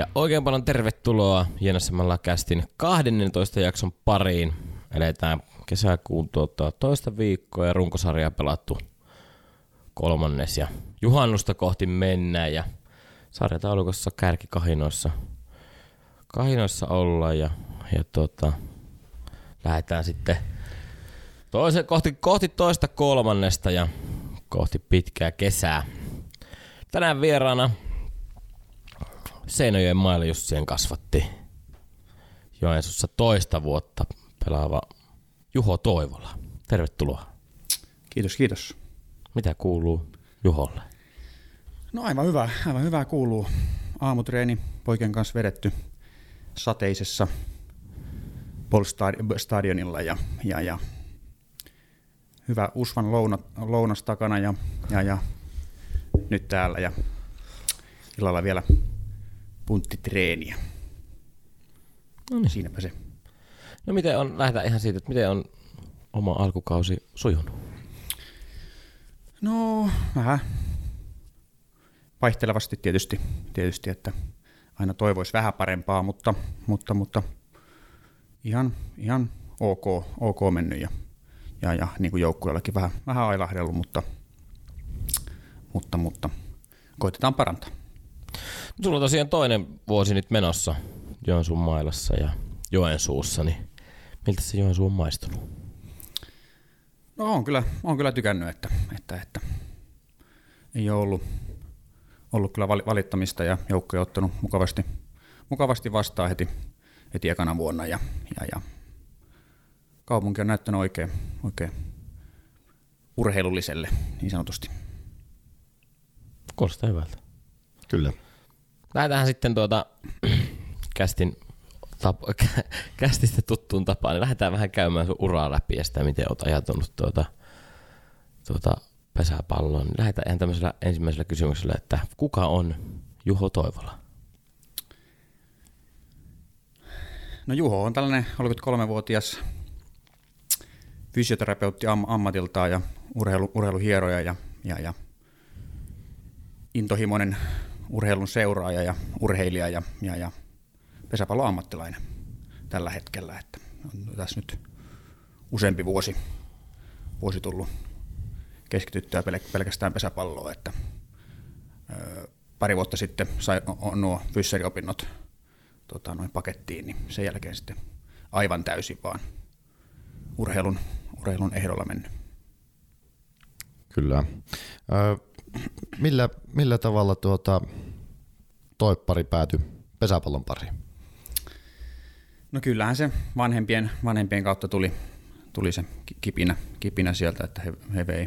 Ja oikein paljon tervetuloa Jenessämällä kästin 12 jakson pariin. Eletään kesäkuun toista viikkoa ja runkosarjaa pelattu 3. ja juhannusta kohti mennään ja sarjataulukossa kärkikahinoissa ollaan ja lähdetään sitten kohti toista 3. ja kohti pitkää kesää. Tänään vieraana Seinäjoen Mailla Jussien kasvatti Joensuussa 2 vuotta pelaava Juho Toivola. Tervetuloa. Kiitos. Mitä kuuluu Juholle? No aivan hyvä kuuluu. Aamutreeni poikien kanssa vedetty sateisessa Stadionilla ja hyvä usvan lounas takana ja nyt täällä ja illalla vielä punttitreeniä. No niin. Siinäpä se. No lähdetään ihan siitä, että miten on oma alkukausi sujunut? No vähän vaihtelevasti tietysti, että aina toivoisi vähän parempaa, mutta ihan ok mennyt ja niin kuin joukkueellakin vähän ailahdellut, mutta koitetaan parantaa. Sulla on tosiaan toinen vuosi nyt menossa Joensuun Mailassa ja Joensuussa, niin miltä se Joensuu on maistunut? No on kyllä tykännyt, että ei ole ollut kyllä valittamista ja joukkue on ottanut mukavasti vastaan heti ekana vuonna ja kaupunki on näyttänyt oikein urheilulliselle niin sanotusti. Kuulostaa hyvältä. Kyllä. Lähdetään sitten kästistä tuttuun tapaan, niin lähdetään vähän käymään sun uraa läpi ja sitä, miten olet ajatellut pesäpalloon. Niin lähdetään ihan tämmöisellä ensimmäisellä kysymyksellä, että kuka on Juho Toivola? No Juho on tällainen 33-vuotias fysioterapeutti ammatiltaan ja urheiluhieroja ja intohimoinen urheilun seuraaja ja urheilija ja pesäpallon ammattilainen tällä hetkellä. Että on tässä nyt useampi vuosi tullut keskityttyä pelkästään pesäpalloa, että pari vuotta sitten sai nuo fyssariopinnot pakettiin, niin sen jälkeen sitten aivan täysin vaan urheilun ehdolla mennyt. Kyllä. Millä tavalla toippari päätyi pesäpallon pariin? No kyllähän se vanhempien kautta tuli se kipinä sieltä, että he vei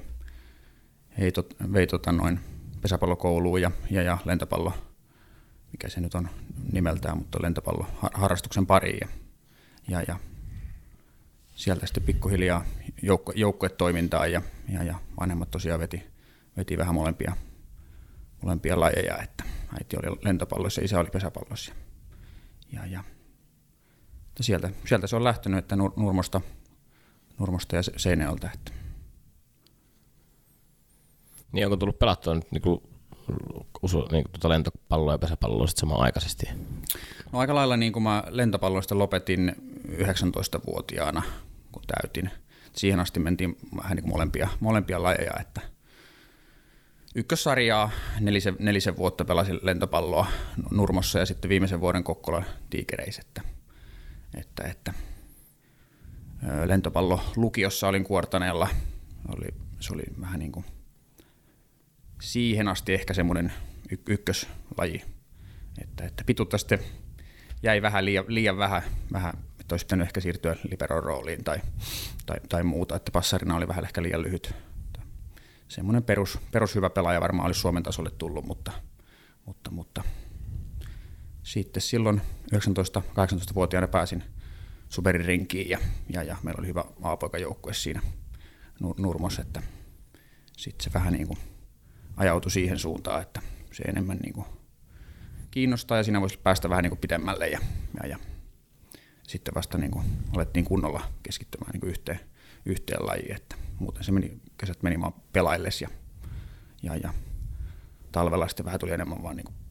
pesäpallokouluun ja lentopallo, mikä se nyt on nimeltään, mutta lentopallo harrastuksen pariin ja sieltä sitten pikkuhiljaa joukkuetoimintaan ja vanhemmat tosiaan veti vähän molempia lajeja, että äiti oli lentopallossa ja isä oli pesäpallossa. Ja sieltä se on lähtenyt, että Nurmosta ja Seinäjoelta. Niin onko tullut pelattua nyt lentopalloa ja pesäpalloa sitten samanaikaisesti? No aika lailla niin kuin mä lentopalloista lopetin 19-vuotiaana, kun täytin. Siihen asti mentiin vähän niin kuin molempia lajeja, että ykkössarjaa 4 vuotta pelasin lentopalloa Nurmossa ja sitten viimeisen vuoden Kokkolan Tigereissä, että lentopallo lukiossa olin Kuortaneella. Se oli vähän niin kuin siihen asti ehkä semmoinen ykköslaji, että pituutta sitten jäi vähän liian vähän, että olisi pitänyt ehkä siirtyä liberon rooliin tai muuta, että passarina oli vähän ehkä liian lyhyt. Semmoinen perus hyvä pelaaja varmaan olisi Suomen tasolle tullut, mutta sitten silloin 19-18-vuotiaana pääsin Superin rinkiin ja meillä oli hyvä A-poikajoukkue siinä Nurmossa, että sitten se vähän niin kuin ajautui siihen suuntaan, että se enemmän niin kuin kiinnostaa ja siinä voisi päästä vähän niin kuin pidemmälle ja sitten vasta niin kuin alettiin kunnolla keskittymään niin kuin yhteen lajiin, että muuten kesät meni vaan pelailles ja talvella sitten vähän tuli enemmän vaan niin kuin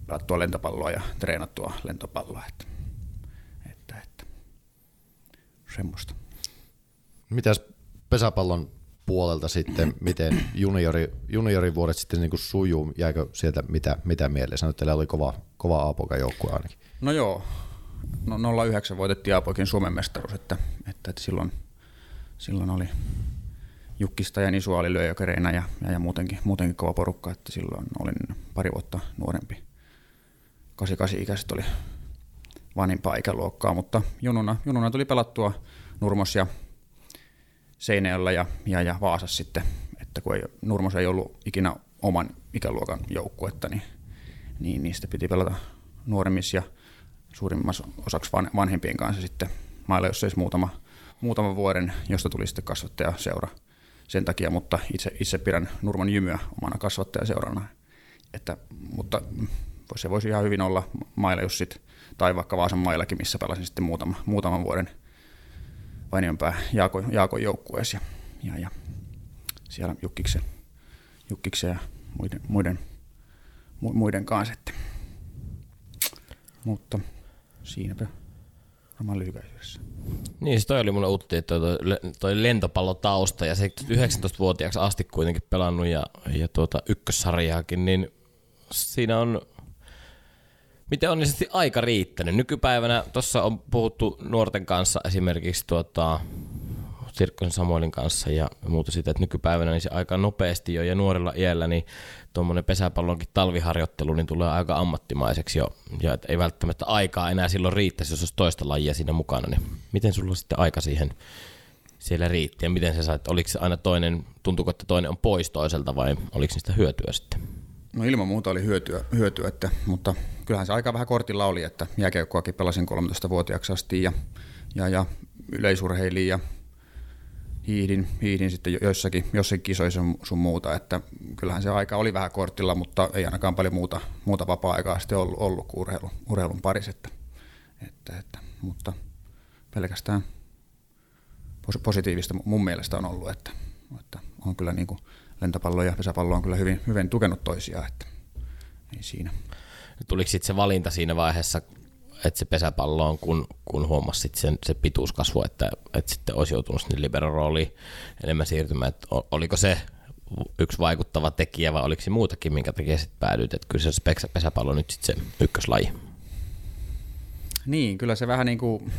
pelattua lentopalloa ja treenattua lentopalloa. Että semmoista. Mitäs pesäpallon puolelta sitten, miten juniorivuodet sitten niin kuin sujuu, jäikö sieltä mitä mieleen? Sanoit, että teillä oli kova A-poikan joukkue ainakin. No joo, 09 voitettiin A-poikin Suomen mestaruus, että silloin oli Jukkista ja Nisua oli lyöjökereinä ja muutenkin kova porukka, että silloin olin pari vuotta nuorempi. 88-ikäiset oli vanhimpaa ikäluokkaa, mutta jununa tuli pelattua Nurmos ja Seinäjoella ja Vaasassa sitten, että kun Nurmos ei ollut ikinä oman ikäluokan joukkuetta, niin niistä piti pelata nuoremmissa ja suurimmassa osaksi vanhempien kanssa sitten mailla, jos olisi muutama vuoden, josta tuli sitten kasvattajaseura sen takia, mutta itse pidän Nurmon Jymyä omana kasvattajaseurana, mutta se voisi ihan hyvin olla mailla Jussit tai vaikka Vaasan maillakin, missä pelasin sitten muutaman vuoden Vainionpää Jaakon joukkueessa ja siellä Jukkiksen ja muiden kanssa. Mutta siinäpä varmaan lyhykäisyydessä. Niin, toi oli mulle utti, että toi lentopallotausta ja se 19-vuotiaaksi asti kuitenkin pelannut ja ykkössarjaakin, niin siinä on miten onnisesti aika riittänyt. Nykypäivänä tuossa on puhuttu nuorten kanssa esimerkiksi Sirkkosen Samuelin kanssa ja muuta sitä, että nykypäivänä niin se aika nopeasti jo ja nuorella iällä niin tuommoinen pesäpallonkin talviharjoittelu niin tulee aika ammattimaiseksi jo ja ei välttämättä aikaa enää silloin riittäisi, jos olisi toista lajia siinä mukana. Niin miten sulla sitten aika siihen siellä riitti ja miten sä sait, oliko se aina tuntuuko, että toinen on pois toiselta vai oliko niistä hyötyä sitten? No ilman muuta oli hyötyä mutta kyllähän se aika vähän kortilla oli, että jääkiekkoakin pelasin 13-vuotiaaksi asti ja yleisurheilin ja hiihdin sitten jossakin kisoissa sun muuta, että kyllähän se aika oli vähän kortilla, mutta ei ainakaan paljon muuta vapaa-aikaa sitten ollut kuin urheilun parissa, mutta pelkästään positiivista mun mielestä on ollut, että on kyllä niin kuin lentopallo ja pesäpallo on kyllä hyvin tukenut toisiaan, että ei siinä. Tuliko sitten se valinta siinä vaiheessa, että se pesäpallo on, kun huomasit se pituuskasvu, että sitten olisi joutunut sinne libero-rooliin enemmän siirtymään, että oliko se yksi vaikuttava tekijä vai oliko se muutakin, minkä takia sitten päädyit, että kyllä se pesäpallo nyt sitten se ykköslaji? Niin, kyllä se vähän niin kuin,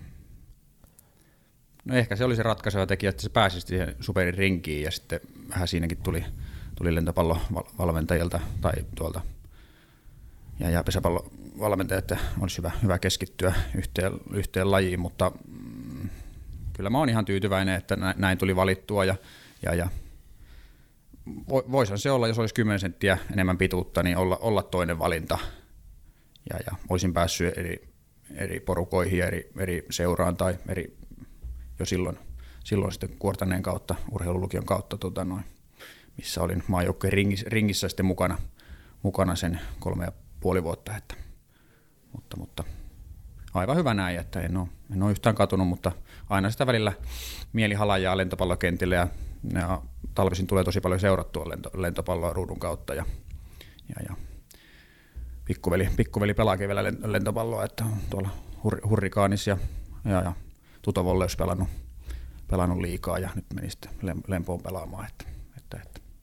no ehkä se oli se ratkaiseva tekijä, että se pääsi siihen superin rinkiin ja sitten vähän siinäkin tuli lentopallovalmentajilta tai tuolta ja pesäpallovalmentaja, että olisi hyvä keskittyä yhteen lajiin, mutta kyllä mä oon ihan tyytyväinen, että näin tuli valittua ja voisihan se olla, jos olisi 10 senttiä enemmän pituutta, niin olla toinen valinta ja olisin päässyt eri porukoihin ja eri seuraan tai jo silloin sitten Kuortaneen kautta, urheilulukion kautta, missä olin maajoukkojen ringissä sitten mukana sen 3,5 vuotta. Mutta aivan hyvä näin, että en ole yhtään katunut, mutta aina sitä välillä mieli halajaa lentopallokentille ja talvisin tulee tosi paljon seurattua lentopalloa ruudun kautta ja pikkuveli pelaakin vielä lentopalloa, että on tuolla Hurrikaanissa ja Tutovolle olisi pelannut liikaa ja nyt meni sitten Lempoon pelaamaan. Että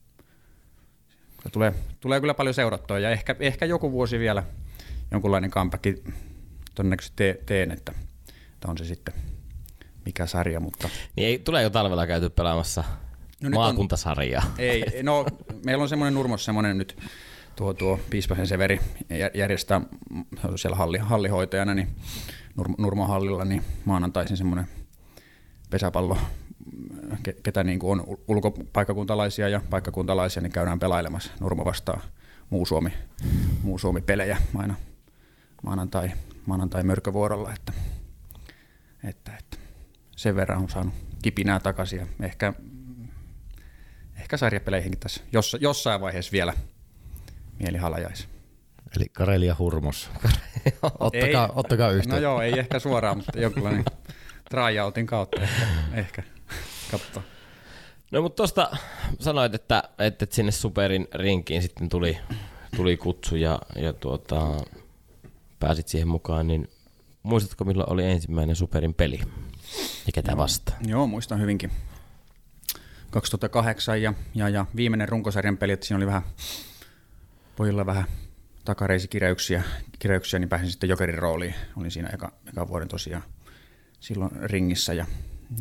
tulee kyllä paljon seurattua ja ehkä joku vuosi vielä jonkunlainen comeback todennäköisesti teen, että on se sitten mikä sarja. Mutta niin tuleeko talvella käyty pelaamassa maakuntasarjaa? Ei, no meillä on semmoinen Nurmos semmoinen nyt tuo Piispasen Severi järjestää siellä hallihoitajana niin Nurmon hallilla niin maanantaisin semmoinen pesäpallo, ketä niin kuin on ulkopaikkakuntalaisia ja paikkakuntalaisia, niin käydään pelailemassa Nurmo vastaan muu Suomi pelejä aina maanantai mörkövuorolla, että sen verran on saanut kipinää takaisin ja ehkä sarjapeleihinkin tässä jossain vaiheessa vielä mieli halajaisi. Eli Karelia Hurmos. Ottakaa yhteen. No joo, ei ehkä suoraan, mutta jonkinlainen tryoutin kautta ehkä katsotaan. No mutta tuosta sanoit, että sinne superin rinkiin sitten tuli tuli kutsu ja pääsit siihen mukaan, niin muistatko milloin oli ensimmäinen Superin peli ja ketä vastaan? Joo, muistan hyvinkin. 2008 ja viimeinen runkosarjan peli, että siinä oli pojilla vähän takareisikireyksiä, niin pääsin sitten Jokerin rooliin. Olin siinä eka vuoden tosiaan silloin ringissä ja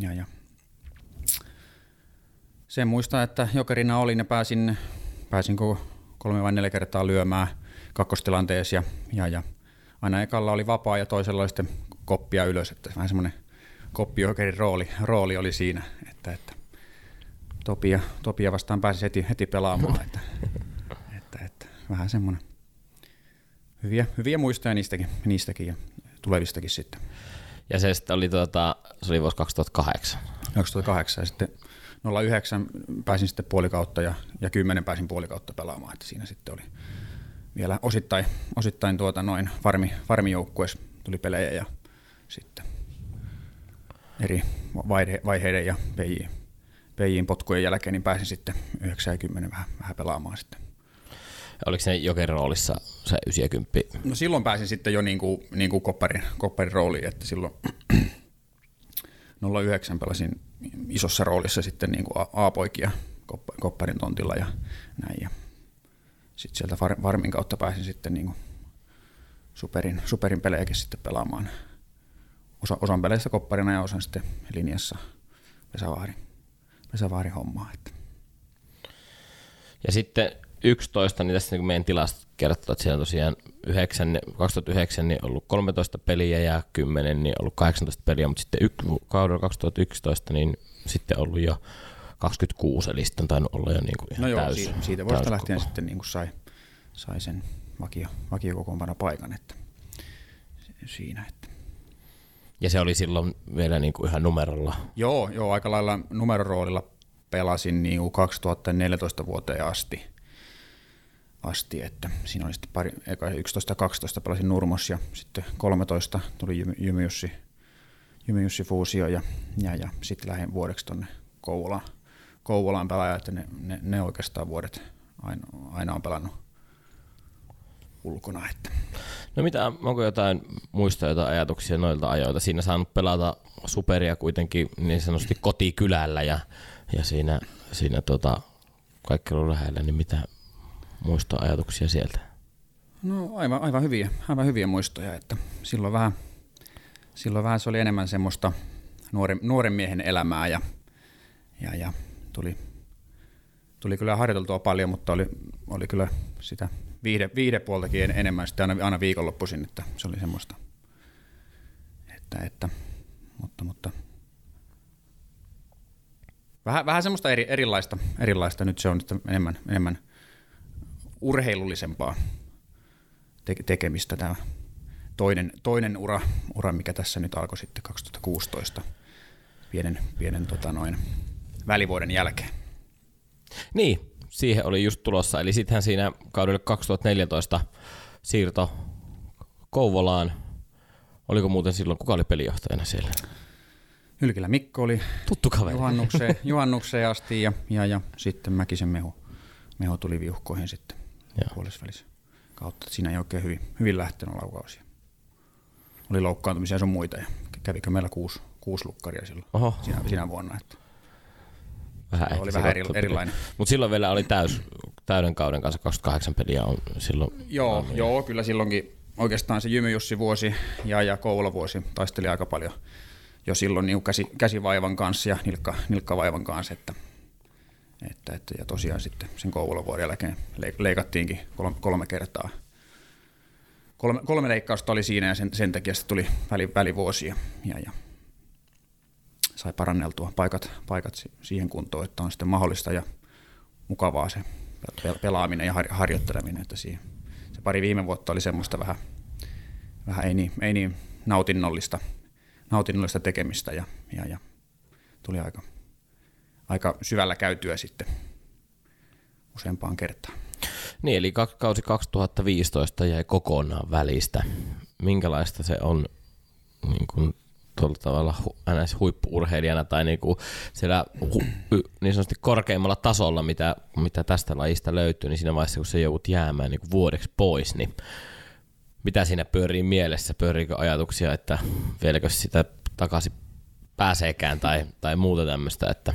sen muistaa, että Jokerina olin ja pääsin 3 vai 4 kertaa lyömään kakkostilanteessa ja aina ekalla oli vapaa ja toisella oli sitten koppia ylös, että vähän semmoinen koppi-Jokerin rooli oli siinä, että Topia vastaan pääsi heti pelaamaan, että vähän semmoinen hyviä muistoja niistäkin ja tulevistakin sitten. Ja se sitten oli, se oli vuosi 2008. 2008 ja sitten 09 pääsin sitten puolikautta ja 10 pääsin puolikautta pelaamaan, että siinä sitten oli vielä osittain farmijoukkueessa tuli pelejä ja sitten eri vaiheiden ja PJ:n potkujen jälkeen niin pääsin sitten 9 ja 10 vähän pelaamaan sitten. Oliko se Jokerin roolissa se 9 ja 10? No silloin pääsin sitten jo niin kuin kopparin rooliin, että silloin 09 pelasin isossa roolissa sitten niin kuin A-poikia kopparin tontilla ja näin. Ja sitten sieltä farmin kautta pääsin sitten niin kuin superin pelejäkin sitten pelaamaan. Osan peleistä kopparina ja osan sitten linjassa Pesavaarin hommaa. Että. Ja sitten 11, niin tässä niin meidän tilastot kertoo, että siellä tosiaan 2009 niin ollut 13 peliä ja 10 niin ollut 18 peliä, mutta sitten kaudella 2011 niin sitten ollut jo 26, eli sitten on tainnut olla jo niin kuin ihan täys. Siitä vuodesta lähtien sitten niin kuin sai sen vakiokokoonpano paikan, että siinä. Että. Ja se oli silloin vielä niin kuin ihan numerolla? Joo, aika lailla numeroroolilla pelasin niin kuin 2014 vuoteen asti, että siinä oli sitten 11 ja 12 pelasin Nurmos ja sitten 13 tuli Jymy Jussi fuusio ja sitten lähdin vuodeksi tuonne Kouvolaan pelaaja, että ne oikeastaan vuodet aina on pelannut ulkona. Että. No onko jotain muista jotain ajatuksia noilta ajoilta? Siinä saanut pelata Superia kuitenkin niin sanotusti kotikylällä ja siinä kaikki on lähellä, niin mitä muistoajatuksia sieltä? No aivan hyviä muistoja, että silloin vähän se oli enemmän semmoista nuoren miehen elämää ja tuli kyllä harjoiteltua paljon, mutta oli kyllä sitä viihdepuoltakin enemmän sitten aina viikonloppuisin, että se oli semmoista, mutta vähän semmoista erilaista nyt se on enemmän urheilullisempaa tekemistä tämä toinen ura, mikä tässä nyt alkoi sitten 2016 pienen välivuoden jälkeen. Niin, siihen oli just tulossa, eli sittenhän siinä kaudelle 2014 siirto Kouvolaan. Oliko muuten silloin, kuka oli pelijohtajana siellä? Hylkilä Mikko oli tuttu kaveri. Juhannukseen asti ja sitten Mäkisen Meho tuli viuhkoihin sitten puolesvälissä kautta. Siinä ei oikein hyvin lähtenyt laukausia. Oli loukkaantumisia sun muita ja kävikö meillä 6 lukkaria silloin siinä vuonna. Että oli vähän erilainen. Mutta silloin vielä oli täyden kauden kanssa 28 peliä on silloin. Joo, kyllä silloinkin oikeastaan se Jymy Jussi vuosi ja Kouvola vuosi taisteli aika paljon jo silloin niin käsivaivan kanssa ja nilkkavaivan kanssa, että ja tosiaan sitten sen Kouvolan vuoden jälkeen leikattiinkin 3 kertaa. 3 leikkausta oli siinä ja sen takia se tuli välivuosia ja sai paranneltua paikat siihen kuntoon, että on sitten mahdollista ja mukavaa se pelaaminen ja harjoitteleminen, että se pari viime vuotta oli semmoista vähän ei niin nautinnollista tekemistä ja tuli aika syvällä käytyä sitten useampaan kertaan. Niin, eli kausi 2015 jäi kokonaan välistä. Minkälaista se on niin kun tuolla tavalla huippu-urheilijana tai niinku siellä niin sanotusti korkeimmalla tasolla, mitä tästä lajista löytyy, niin siinä vaiheessa, kun sä joudut jäämään niinku vuodeksi pois, niin mitä siinä pyörii mielessä? Pyöriikö ajatuksia, että vieläkö sitä takaisin pääseekään tai muuta tämmöistä? Että...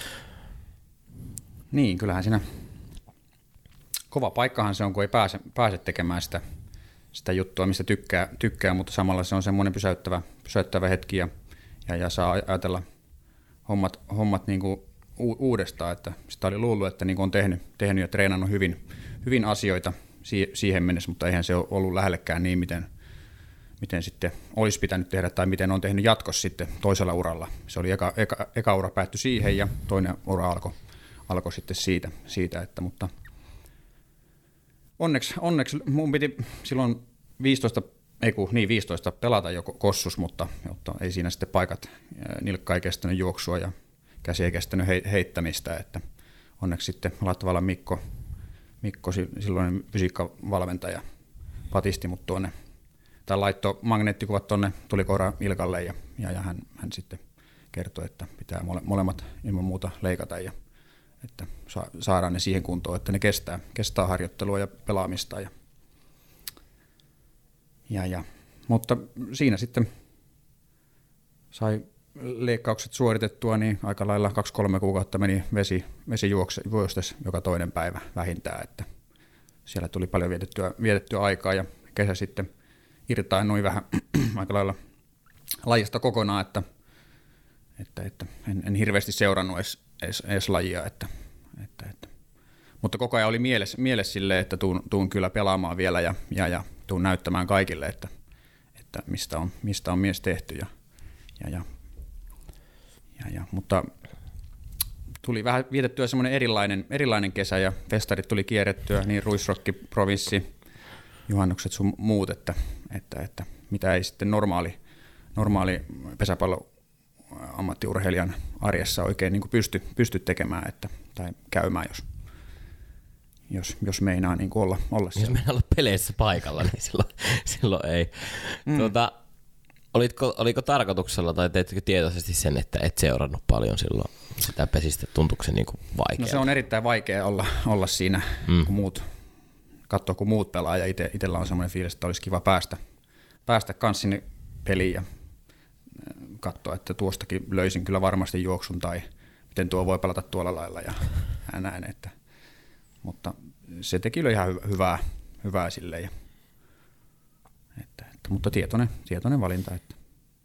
Niin, kyllähän siinä kova paikkahan se on, kun ei pääse tekemään sitä juttua, mistä tykkää, mutta samalla se on semmoinen pysäyttävä hetki ja saa ajatella hommat niin kuin uudestaan, että sitä oli luullut, että niin kuin on tehnyt ja treenannut hyvin asioita siihen mennessä, mutta eihän se ole ollut lähellekään niin, miten sitten olisi pitänyt tehdä tai miten on tehnyt jatkossa sitten toisella uralla. Se oli eka ura päättyi siihen ja toinen ura alkoi sitten siitä että, mutta onneksi mun piti silloin 15 pelata jo Kossus, mutta ei siinä sitten paikat, nilkka ei kestänyt juoksua ja käsi ei kestänyt heittämistä, että onneksi sitten Latvala Mikko silloinen fysiikkavalmentaja patisti mut tuonne, tai laittoi magneettikuvat tuonne tulikoira Ilkalle ja hän sitten kertoi, että pitää molemmat ilman muuta leikata ja että saadaan ne siihen kuntoon, että ne kestää harjoittelua ja pelaamista. Mutta siinä sitten sai leikkaukset suoritettua, niin aika lailla 2-3 kuukautta meni vesi juostes joka toinen päivä vähintään, että siellä tuli paljon vietettyä aikaa ja kesä sitten irtaannui vähän aika lailla lajista kokonaan, että en hirveästi seurannut edes lajia, että. Mutta koko ajan oli mielessä silleen, että tuun kyllä pelaamaan vielä ja tuun näyttämään kaikille, että mistä on mies tehty mutta tuli vähän vietettyä semmoinen erilainen kesä ja festarit tuli kierrettyä, niin Ruisrokki, provinssi, juhannukset sun muut, että mitä ei sitten normaali pesäpallo ammattiurheilijan arjessa oikein niin kuin pysty tekemään tai käymään, jos meinaa niin kuin olla jos meinaa olla peleissä paikalla, niin silloin ei. Oliko tarkoituksella tai teetkö tietoisesti sen, että et seurannut paljon silloin sitä pesistä? Tuntuuko se niin kuin vaikeaa? No se on erittäin vaikea olla siinä, kun muut pelaa ja itsellä on semmoinen fiilis, että olisi kiva päästä kans sinne peliin ja katsoa, että tuostakin löysin kyllä varmasti juoksun tai miten tuo voi pelata tuolla lailla ja näin. Mutta se teki kyllä ihan hyvää silleen. Mutta tietoinen valinta. Että.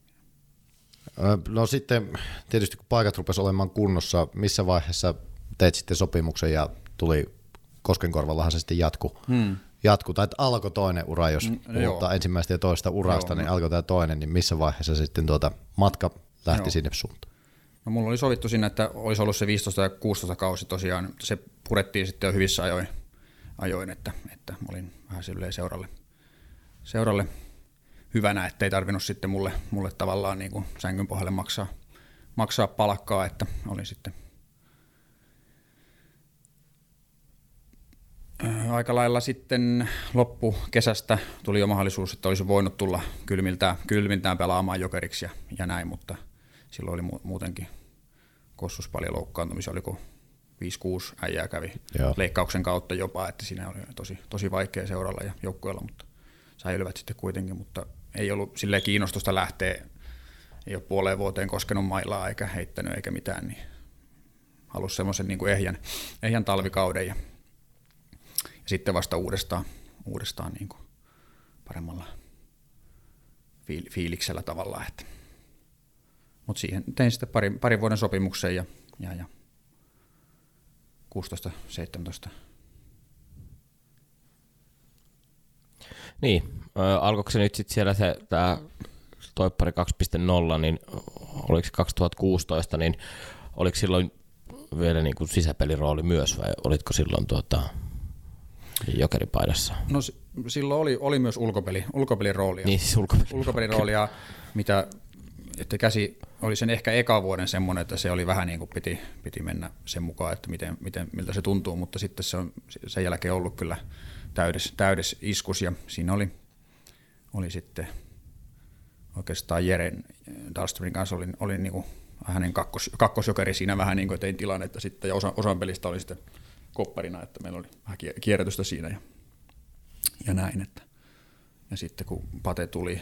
No sitten tietysti kun paikat rupesi olemaan kunnossa, missä vaiheessa teit sitten sopimuksen ja tuli Koskenkorvallahan se sitten jatku tai alkoi toinen ura, jos puhutaan ensimmäistä ja toista urasta, niin alkoi tämä toinen, niin missä vaiheessa sitten matka lähti sinne suuntaan? No mulla oli sovittu siinä, että olisi ollut se 15 ja 16 kausi tosiaan, se purettiin sitten jo hyvissä ajoin että olin vähän silleen seuralle hyvänä, ettei tarvinnut sitten mulle tavallaan niin kuin sängyn pohjalle maksaa palkkaa, että oli sitten aika lailla sitten loppukesästä tuli jo mahdollisuus, että olisi voinut tulla kylmiltään pelaamaan Jokeriksi ja näin, mutta silloin oli muutenkin Kossus paljon loukkaantumisia, oliko 5-6 äijää kävi leikkauksen kautta jopa, että siinä oli tosi vaikea seuralla ja joukkueella, mutta säilyvät sitten kuitenkin, mutta ei ollut silleen kiinnostusta lähteä, ei ole puoleen vuoteen koskenut mailaa eikä heittänyt eikä mitään, niin halusi semmoisen niin kuin ehjän talvikauden ja sitten vasta uudestaan niin kuin paremmalla fiiliksellä tavallaan. Mutta siihen tein sitten parin vuoden sopimuksen ja 16-17. Niin, alkoiko se nyt sitten siellä tämä Toippari 2.0, niin oliko 2016, niin oliko silloin vielä niin kuin sisäpelirooli myös vai olitko silloin Jokeripaidassa? No silloin oli myös ulkopeliroolia. Niin siis ulkopeliroolia, että käsi oli sen ehkä eka vuoden semmoinen, että se oli vähän niin kuin piti mennä sen mukaan, että miltä se tuntuu, mutta sitten se on sen jälkeen ollut kyllä täydes iskus ja siinä oli sitten oikeastaan Jeren Dahlströmin kanssa olin niin kuin hänen kakkosjokeri siinä vähän niin kuin tein tilannetta sitten, ja osan pelistä oli sitten kopparina, että meillä oli vähän kierrätystä siinä ja näin. Että. Ja sitten kun Pate tuli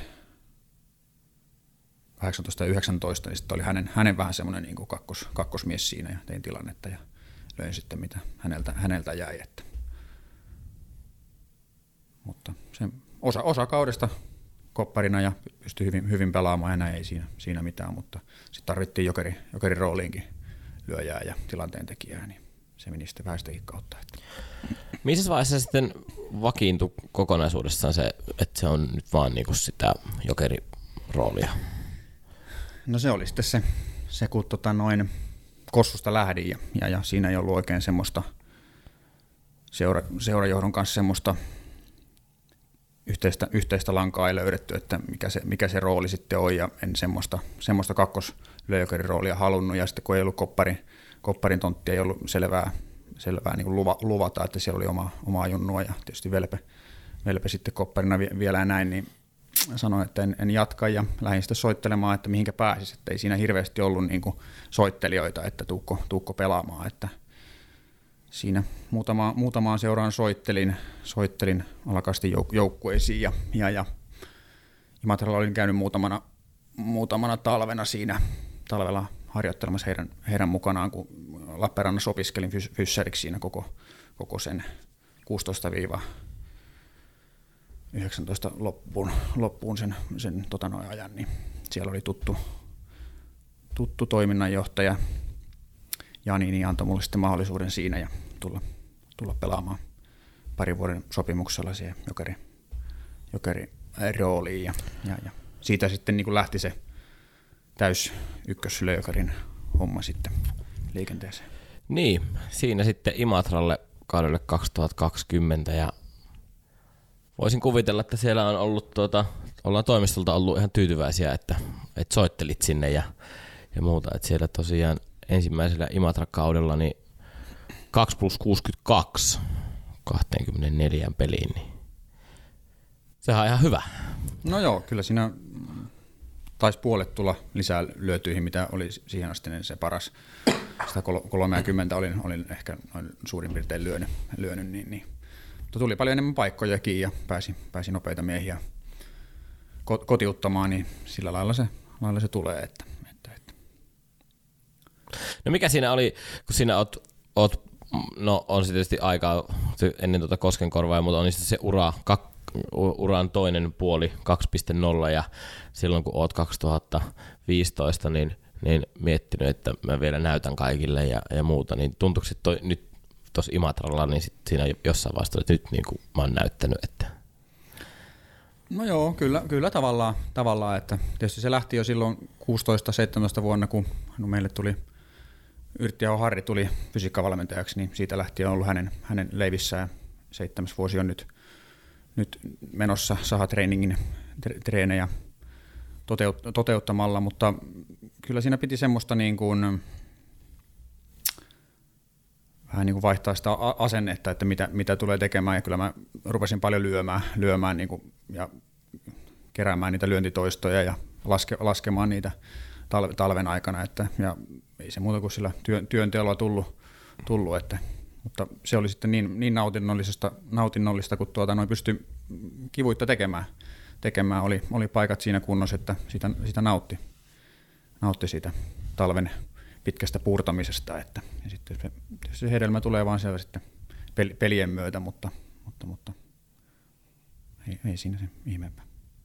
18 ja 19, niin sitten oli hänen vähän semmoinen niin kuin kakkosmies siinä ja tein tilannetta ja löin sitten mitä häneltä jäi. Että. Mutta se osa kaudesta kopparina ja pystyi hyvin pelaamaan ja näin, ei siinä mitään, mutta sitten tarvittiin jokerin rooliinkin lyöjää ja tilanteen tekijää, niin se meni sitten vähän sitäkin kautta. Missä vaiheessa sitten vakiintui kokonaisuudessaan se, että se on nyt vaan niinku sitä jokeriroolia? No se oli sitten se kun Kossusta lähdin ja siinä ei ollut oikein semmoista seurajohdon kanssa semmoista yhteistä lankaa ei löydetty, että mikä se rooli sitten on, ja en semmoista kakkoslööjokerin roolia halunnut, ja sitten kun ei ollut kopparin tonttia, ei ollut selvää niin kuin luvata, että siellä oli omaa junnua, ja tietysti Velpe sitten kopparina vielä näin, niin sanoin, että en jatka, ja lähdin sitten soittelemaan, että mihinkä pääsisi, että ei siinä hirveästi ollut niin kuin soittelijoita, että tuukko pelaamaan, että siinä muutamaan seuraan soittelin alakasti joukkueisiin ja Imatralla olin käynyt muutamana talvena siinä talvella harjoittelemassa heidän mukanaan, kun Lappeenrannassa opiskelin fyssäriksi siinä koko sen 16-19 loppuun sen ajan, niin siellä oli tuttu toiminnanjohtaja Jani, niin antoi mulle sitten mahdollisuuden siinä ja tulla pelaamaan parin vuoden sopimuksella siihen jokerin rooliin ja siitä sitten niin kuin lähti se täys ykköslöökarin homma sitten liikenteeseen. Niin, siinä sitten Imatralle kaudelle 2020 ja voisin kuvitella, että siellä on ollut ollaan toimistolta ollut ihan tyytyväisiä, että soittelit sinne ja muuta, että siellä tosiaan ensimmäisellä Imatra-kaudella niin 2+62 24 peliin, niin sehän on ihan hyvä. No joo, kyllä siinä taisi puolet tulla lisää lyötyihin, mitä oli siihen asti se paras. 130 olin ehkä noin suurin piirtein lyönyt niin. Mutta tuli paljon enemmän paikkojakin ja pääsi nopeita miehiä kotiuttamaan, niin sillä lailla se tulee, että. No mikä siinä oli, kun siinä no on se tietysti aikaa ennen Koskenkorvaa, mutta on se uran toinen puoli 2.0 ja silloin kun oot 2015 niin miettinyt, että mä vielä näytän kaikille ja muuta, niin tuntuuko se nyt tuossa Imatralla, niin sit siinä jossain vaiheessa, että nyt niin kuin mä oon näyttänyt, että. No joo, kyllä tavallaan, että tietysti se lähti jo silloin 16-17 vuonna, kun meille tuli Yrttiaho Harri tuli fysiikkavalmentajaksi, niin siitä lähtien on ollut hänen leivissään. 7. vuosi on nyt menossa sahatreeningin treenejä toteuttamalla, mutta kyllä siinä piti semmoista niin kuin, vähän niin kuin vaihtaa sitä asennetta, että mitä tulee tekemään, ja kyllä mä rupesin paljon lyömään niin kuin, ja keräämään niitä lyöntitoistoja ja laskemaan niitä talven aikana, ja ei se muuta kuin sillä työnteolla tullut, että, mutta se oli sitten niin nautinnollista, kun noin pystyi kivuitta tekemään. Oli paikat siinä kunnossa, että sitä nautti siitä talven pitkästä puurtamisesta, että ja sitten se hedelmä tulee vaan siellä sitten pelien myötä, mutta ei siinä se ihmeempää.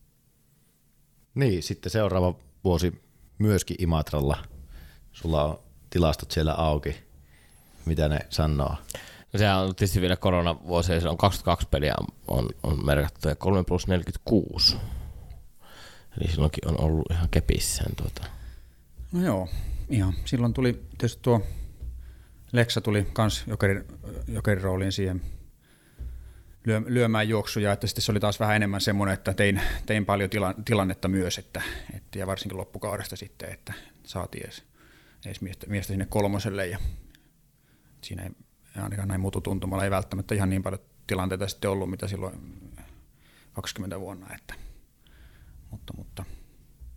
Niin, sitten seuraava vuosi myöskin Imatralla. Sulla on tilastot siellä auki. Mitä ne sanoo? No sehän on tietysti vielä koronavuosia, siellä on 22 peliä on merkattu ja 3+46. Eli silloinkin on ollut ihan kepissään . No joo, ihan. Silloin tuli tietysti tuo Leksa tuli kans jokerin rooliin siihen lyömään juoksuja, että sitten se oli taas vähän enemmän semmoinen, että tein paljon tilannetta myös, että ja varsinkin loppukaudesta sitten, että saatiin edes miestä sinne kolmoselle, ja siinä ei ainakaan näin mututuntumalla ei välttämättä ihan niin paljon tilanteita sitten ollut, mitä silloin 20 vuonna, että mutta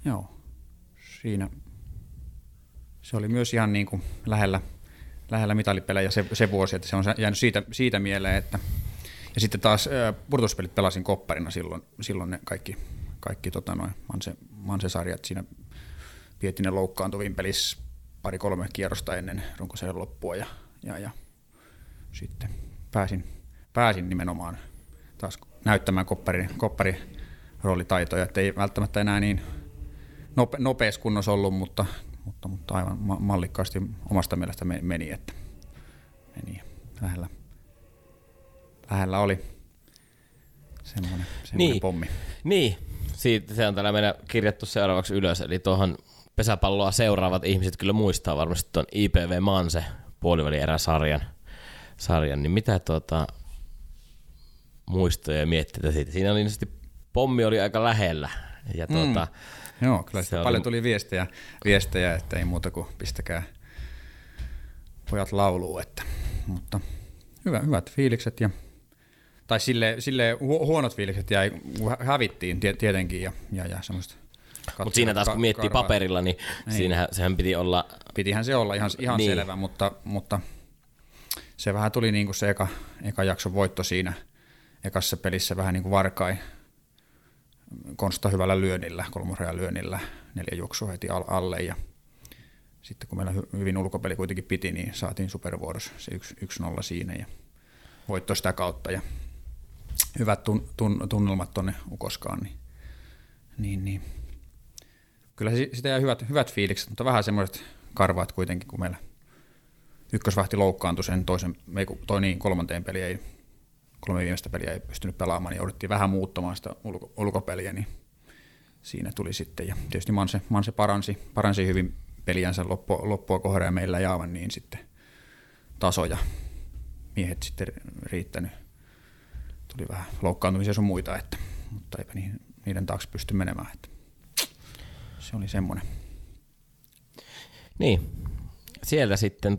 Joo, siinä se oli myös ihan niin kuin lähellä mitalipelejä se vuosi, että se on jäänyt siitä mieleen, että ja sitten taas pudotuspelit pelasin kopparina silloin ne kaikki Manse-sarjat siinä Piettinen loukkaantuvin pelissä 2-3 kierrosta ennen runkosarjan loppua ja sitten pääsin nimenomaan taas näyttämään koppariroolitaitoja, että ei välttämättä enää niin nopeassa kunnossa ollut, mutta aivan mallikkaasti omasta mielestä meni, että meni lähellä oli semmoinen pommi. Niin, siitä se on täällä meidän kirjattu seuraavaksi ylös, eli tuohon pesäpalloa seuraavat ihmiset kyllä muistaa varmasti tuon IPV Manse puolivälierä-sarjan, niin mitä muistoja ja mietteitä siitä? Siinä oli pommi oli aika lähellä. Ja joo, kyllä paljon tuli viestejä, että ei muuta kuin pistäkää pojat lauluun, mutta hyvät fiilikset tai sille huonot fiilikset jäi, hävittiin tietenkin ja semmoista. Mutta siinä taas kun miettii paperilla, niin sehän piti olla. Pitihän se olla ihan niin. Selvä, mutta se vähän tuli niin kuin se eka jakson voitto siinä ekassa pelissä vähän niin kuin varkain. Konsta hyvällä lyönnillä, 3 lyönnillä, 4 juoksua heti alle ja sitten kun meillä hyvin ulkopeli kuitenkin piti, niin saatiin supervuorossa se 1-0 siinä ja voitto sitä kautta ja hyvät tunnelmat tonne Ukoskaan, niin kyllä sitä jää hyvät fiilikset, mutta vähän semmoiset karvaat kuitenkin, kun meillä ykkösvahti loukkaantui sen kolmanteen peliä ei 3 viimeistä peliä ei pystynyt pelaamaan, niin jouduttiin vähän muuttamaan sitä ulkopeliä, niin siinä tuli sitten. Ja tietysti Manse paransi hyvin peliänsä loppua kohdalla ja meillä jaavan niin sitten tasoja. Miehet sitten riittänyt. Tuli vähän loukkaantumisia sun muita, mutta eipä niiden taakse pysty menemään. Että se oli semmoinen. Niin, sieltä sitten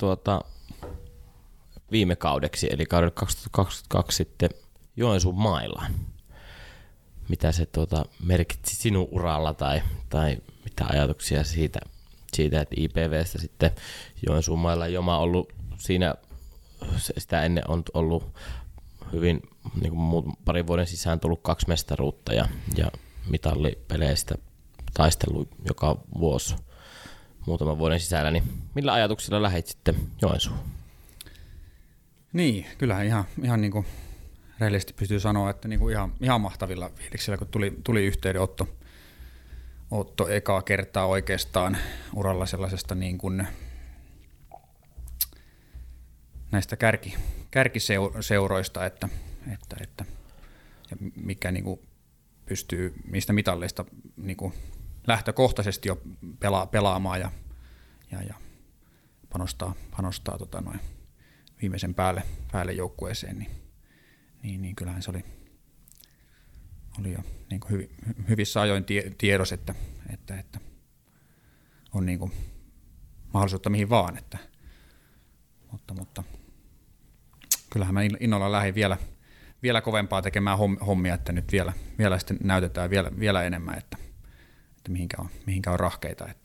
viime kaudeksi, eli kaudella 2022 sitten Joensuun mailaan. Mitä se merkitsi sinun uralla tai mitä ajatuksia siitä, että IPVstä sitten Joensuun mailla Joma on ollut siinä, sitä ennen on ollut hyvin niin kuin parin vuoden sisään tullut 2 mestaruutta ja mitallipeleistä taistellut joka vuosi muutaman vuoden sisällä, niin millä ajatuksilla lähdit sitten Joensuun? Niin, kyllähän ihan niin kuin rehellisesti pystyy sanoa, että niin kuin ihan mahtavilla fiiliksillä, kun tuli yhteydenotto ekaa kertaa oikeastaan uralla sellaisesta niin kuin näistä kärkiseuroista, että mikä niin kuin pystyy niistä mitalleista niin kuin lähtökohtaisesti jo pelaamaan ja panostaa viimeisen päälle joukkueeseen, niin kyllähän se oli jo niin kuin hyvissä ajoin tiedos, että on niin kuin mahdollisuutta mihin vaan, mutta kyllähän mä innolla lähdin vielä kovempaa tekemään hommia, että nyt vielä sitten näytetään vielä enemmän, että mihinkä on rahkeita. Että.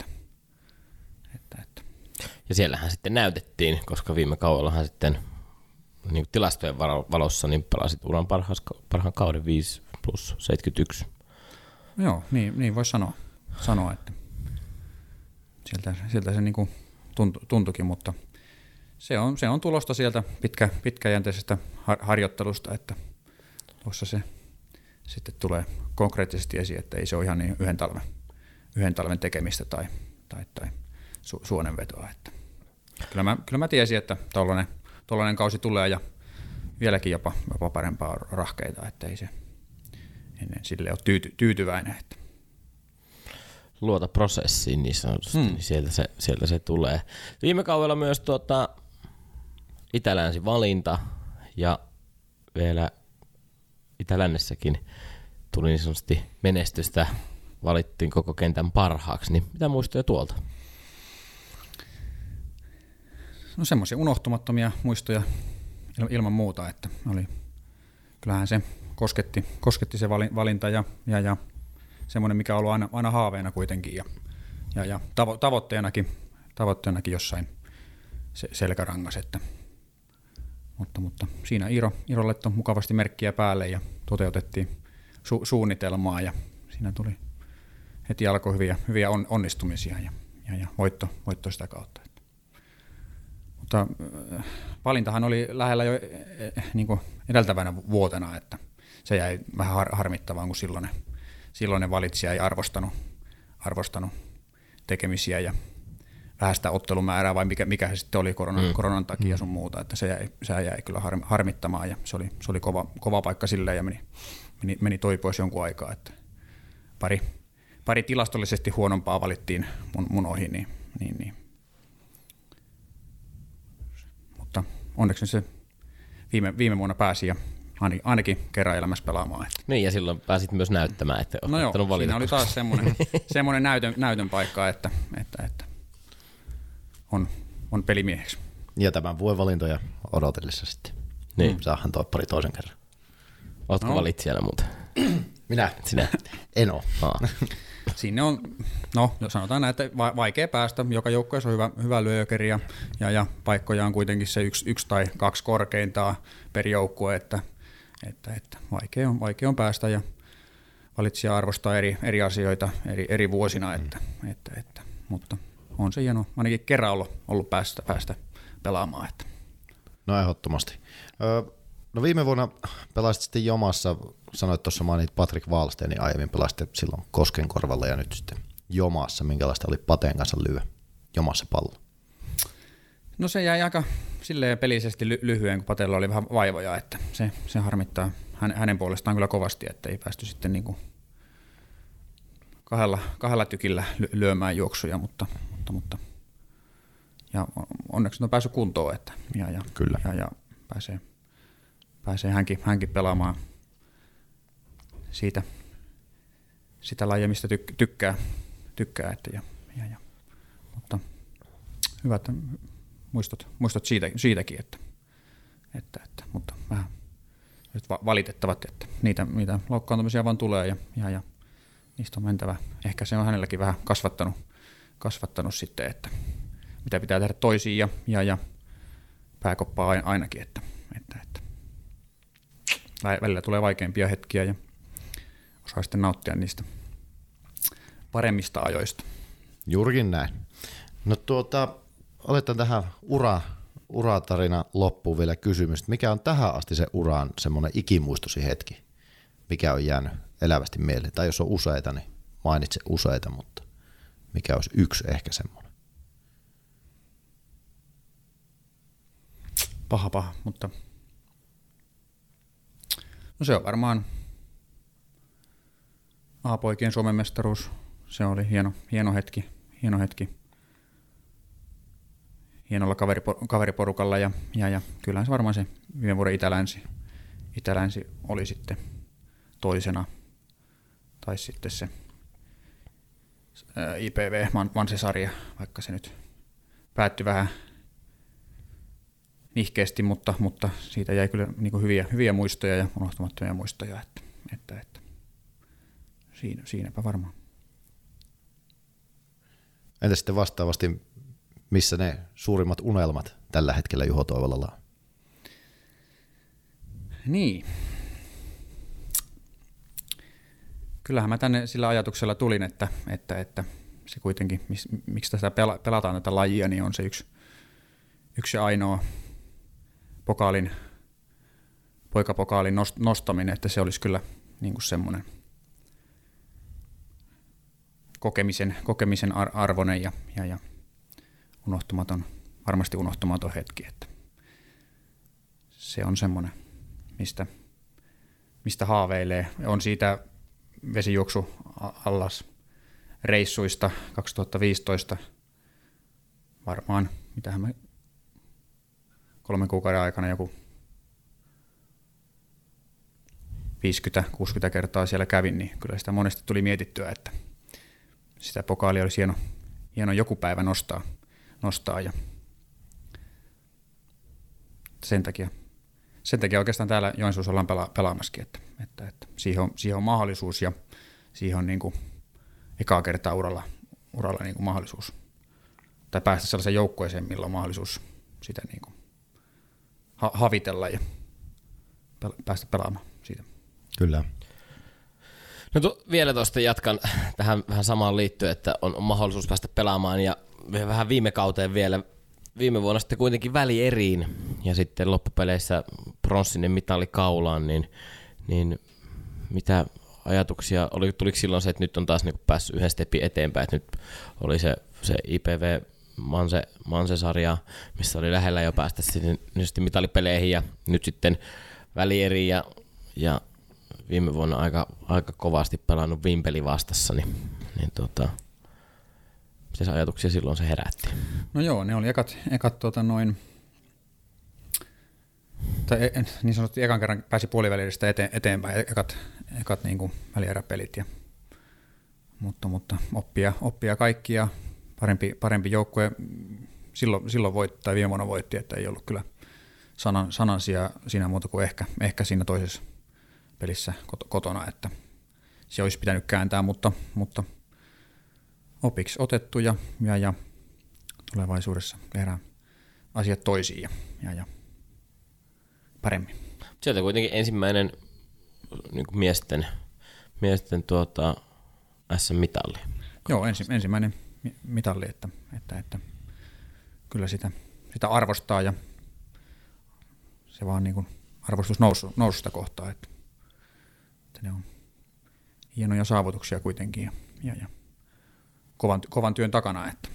Ja siellähän sitten näytettiin, koska viime kaudellahan sitten niin tilastojen valossa niin pelasit uran parhaan kauden 5+71. Joo, niin voisi sanoa, että sieltä se niin kuin tuntuikin, mutta se on tulosta sieltä pitkäjänteisestä harjoittelusta, että tuossa se sitten tulee konkreettisesti esiin, että ei se ole ihan niin yhden talven tekemistä tai suonenvetoa. Että kyllä mä tiesin, että tollainen kausi tulee ja vieläkin jopa parempaa rahkeita, että ei se ennen sille ole tyytyväinen. Että. Luota prosessiin niin sanotusti, niin sieltä se tulee. Viime kaudella myös Itä-Länsi valinta ja vielä Itä-Lännessäkin tuli niin sanotusti menestystä, valittiin koko kentän parhaaksi, niin mitä muistoja tuolta? No semmoisia unohtumattomia muistoja ilman muuta, että kyllähän se kosketti se valinta ja semmoinen, mikä on ollut aina haaveena kuitenkin ja tavoitteenakin jossain selkärangas. Että. Mutta siinä Iiro laittoi mukavasti merkkiä päälle ja toteutettiin suunnitelmaa ja siinä tuli heti alkoi hyviä onnistumisia ja voitto sitä kautta. Mutta valintahan oli lähellä jo niin kuin edeltävänä vuotena, että se jäi vähän harmittavaan, kun silloinen valitsija ei arvostanut tekemisiä ja vähän sitä ottelumäärää vai mikä se sitten oli koronan takia sun muuta, että se jäi kyllä harmittamaan ja se oli kova paikka silleen ja meni toipuessa jonkun aikaa, että pari tilastollisesti huonompaa valittiin mun ohi, niin. Mutta onneksi se viime vuonna pääsi ja ainakin kerran elämässä pelaamaan. Että. Niin, ja silloin pääsit myös näyttämään, että no joo, siinä oli taas semmoinen näytön paikka, että on pelimieheksi. Ja tämän vuoden valintoja odotellessa sitten. Niin. Saahan pari toisen kerran. Ootko valitsijana muuten? Minä? Sinä? En oo. Sinne on, sanotaan näin, että vaikea päästä. Joka joukkueessa on hyvä lyöjäkeri ja paikkoja on kuitenkin se yksi tai kaksi korkeintaan per joukkue, että vaikea on päästä ja valitsija arvostaa eri asioita eri vuosina, mutta on se hieno, ainakin kerran ollut päästä pelaamaan. Että. No ehdottomasti. No viime vuonna pelasit sitten Jomassa, sanoit tuossa mainit Patrick Wallsteinin aiemmin, pelasitte silloin Koskenkorvalla ja nyt sitten Jomassa. Minkälaista oli Pateen kanssa lyö Jomassa pallo? No se jäi aika silleen pelisesti lyhyen, kun Patella oli vähän vaivoja, että se harmittaa hänen puolestaan kyllä kovasti, että ei päästy sitten niin kuin kahdella tykillä lyömään juoksuja, mutta ja onneksi on päässyt kuntoon, että kyllä. Ja pääsee hänkin pelaamaan sitä lajia, mistä tykkää että mutta hyvät muistot siitäkin, että mutta vähän nyt valitettavat, että niitä loukkaantumisia vaan tulee ja niistä on mentävä. Ehkä se on hänelläkin vähän kasvattanut sitten, että mitä pitää tehdä toisiin ja pääkoppaa ainakin, että välillä tulee vaikeampia hetkiä ja osaa sitten nauttia niistä paremmista ajoista. Juurikin näin. No aletaan tähän uratarina loppuun vielä kysymys. Mikä on tähän asti se uran semmoinen ikimuistosi hetki? Mikä on jäänyt elävästi mieleen? Tai jos on useita, niin mainitse useita, mutta mikä olisi yksi ehkä semmoinen? Paha, mutta no se on varmaan A-poikien Suomen mestaruus. Se oli hieno hetki. Hienolla kaveriporukalla ja kyllähän se varmaan se viime vuoden Itä-Länsi oli sitten toisena. Tai sitten se IPV Manse-sarja, vaikka se nyt päättyi vähän nihkeästi, mutta siitä jäi kyllä niin kuin hyviä muistoja ja unohtumattomia muistoja, että siinäpä varmaan. Entä sitten vastaavasti, missä ne suurimmat unelmat tällä hetkellä Juho Toivolalla on? Niin. Kyllähän mä tänne sillä ajatuksella tulin, että se kuitenkin, miksi tässä pelataan tätä lajia, niin on se yksi ja ainoa poikapokaalin nostaminen, että se olisi kyllä niin kuin semmoinen kokemisen arvoinen ja varmasti unohtumaton hetki, että se on semmoinen, mistä haaveilee. On siitä vesijuoksu allas reissuista 2015 varmaan, mitähän mä 3 kuukauden aikana joku 50-60 kertaa siellä kävin, niin kyllä sitä monesti tuli mietittyä, että sitä pokaalia olisi hieno joku päivä nostaa ja sen takia oikeastaan täällä Joensuussa ollaan pelaamaskin, että siihen on mahdollisuus ja siihen on niin kuin ekaa kertaa uralla niin kuin mahdollisuus. Tai päästä sellaiseen joukkueeseen, millä on mahdollisuus sitä niin kuin havitella ja päästä pelaamaan siitä. Kyllä. No vielä tuosta jatkan tähän vähän samaan liittyen, että on mahdollisuus päästä pelaamaan ja vähän viime kauteen vielä. Viime vuonna sitten kuitenkin välieriin ja sitten loppupeleissä pronssinen mitali kaulaan, niin mitä ajatuksia oli? Tuliko silloin se, että nyt on taas niin päässyt yhden stepin eteenpäin, että nyt oli se IPV Manse-sarja, missä oli lähellä jo päästä sitten mitalipeleihin ja nyt sitten välieriin ja viime vuonna aika kovasti pelannut Vimpeli vastassa, niin mitä ajatuksia silloin se herätti? No joo, ne oli ekat niin sanottu ekan kerran pääsi puolivälieristä eteenpäin, ekat niin kuin välieräpelit. Mutta oppia kaikkia, parempi joukkue silloin voitti, tai viime vuonna voitti, että ei ollut kyllä sanansia siinä muuta kuin ehkä siinä toisessa pelissä kotona, että se olisi pitänyt kääntää, mutta opiksi otettu ja tulevaisuudessa tehdään asiat toisiin ja paremmin. Sieltä kuitenkin ensimmäinen niin kuin miesten SM-mitalli. Joo, ensimmäinen mitalli, että kyllä sitä arvostaa ja se vaan niin kuin arvostus noususta kohtaa, että ne on hienoja saavutuksia kuitenkin ja kovan työn takana, että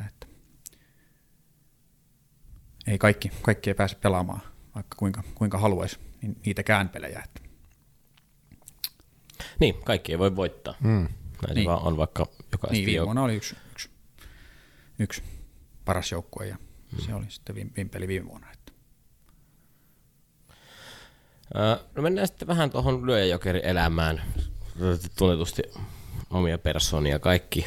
ei kaikki ei pääse pelaamaan, vaikka kuinka haluaisi, niin niitäkään pelejä. Että. Niin, kaikki ei voi voittaa. Näin niin. Se vaan on, vaikka jokaisesti. Niin, viime vuonna oli yksi paras joukkue ja se oli sitten Vimpeli viime vuonna. Että. No mennään sitten vähän tuohon Lyöjäjokerin elämään. Tunnetusti omia persoonia kaikki.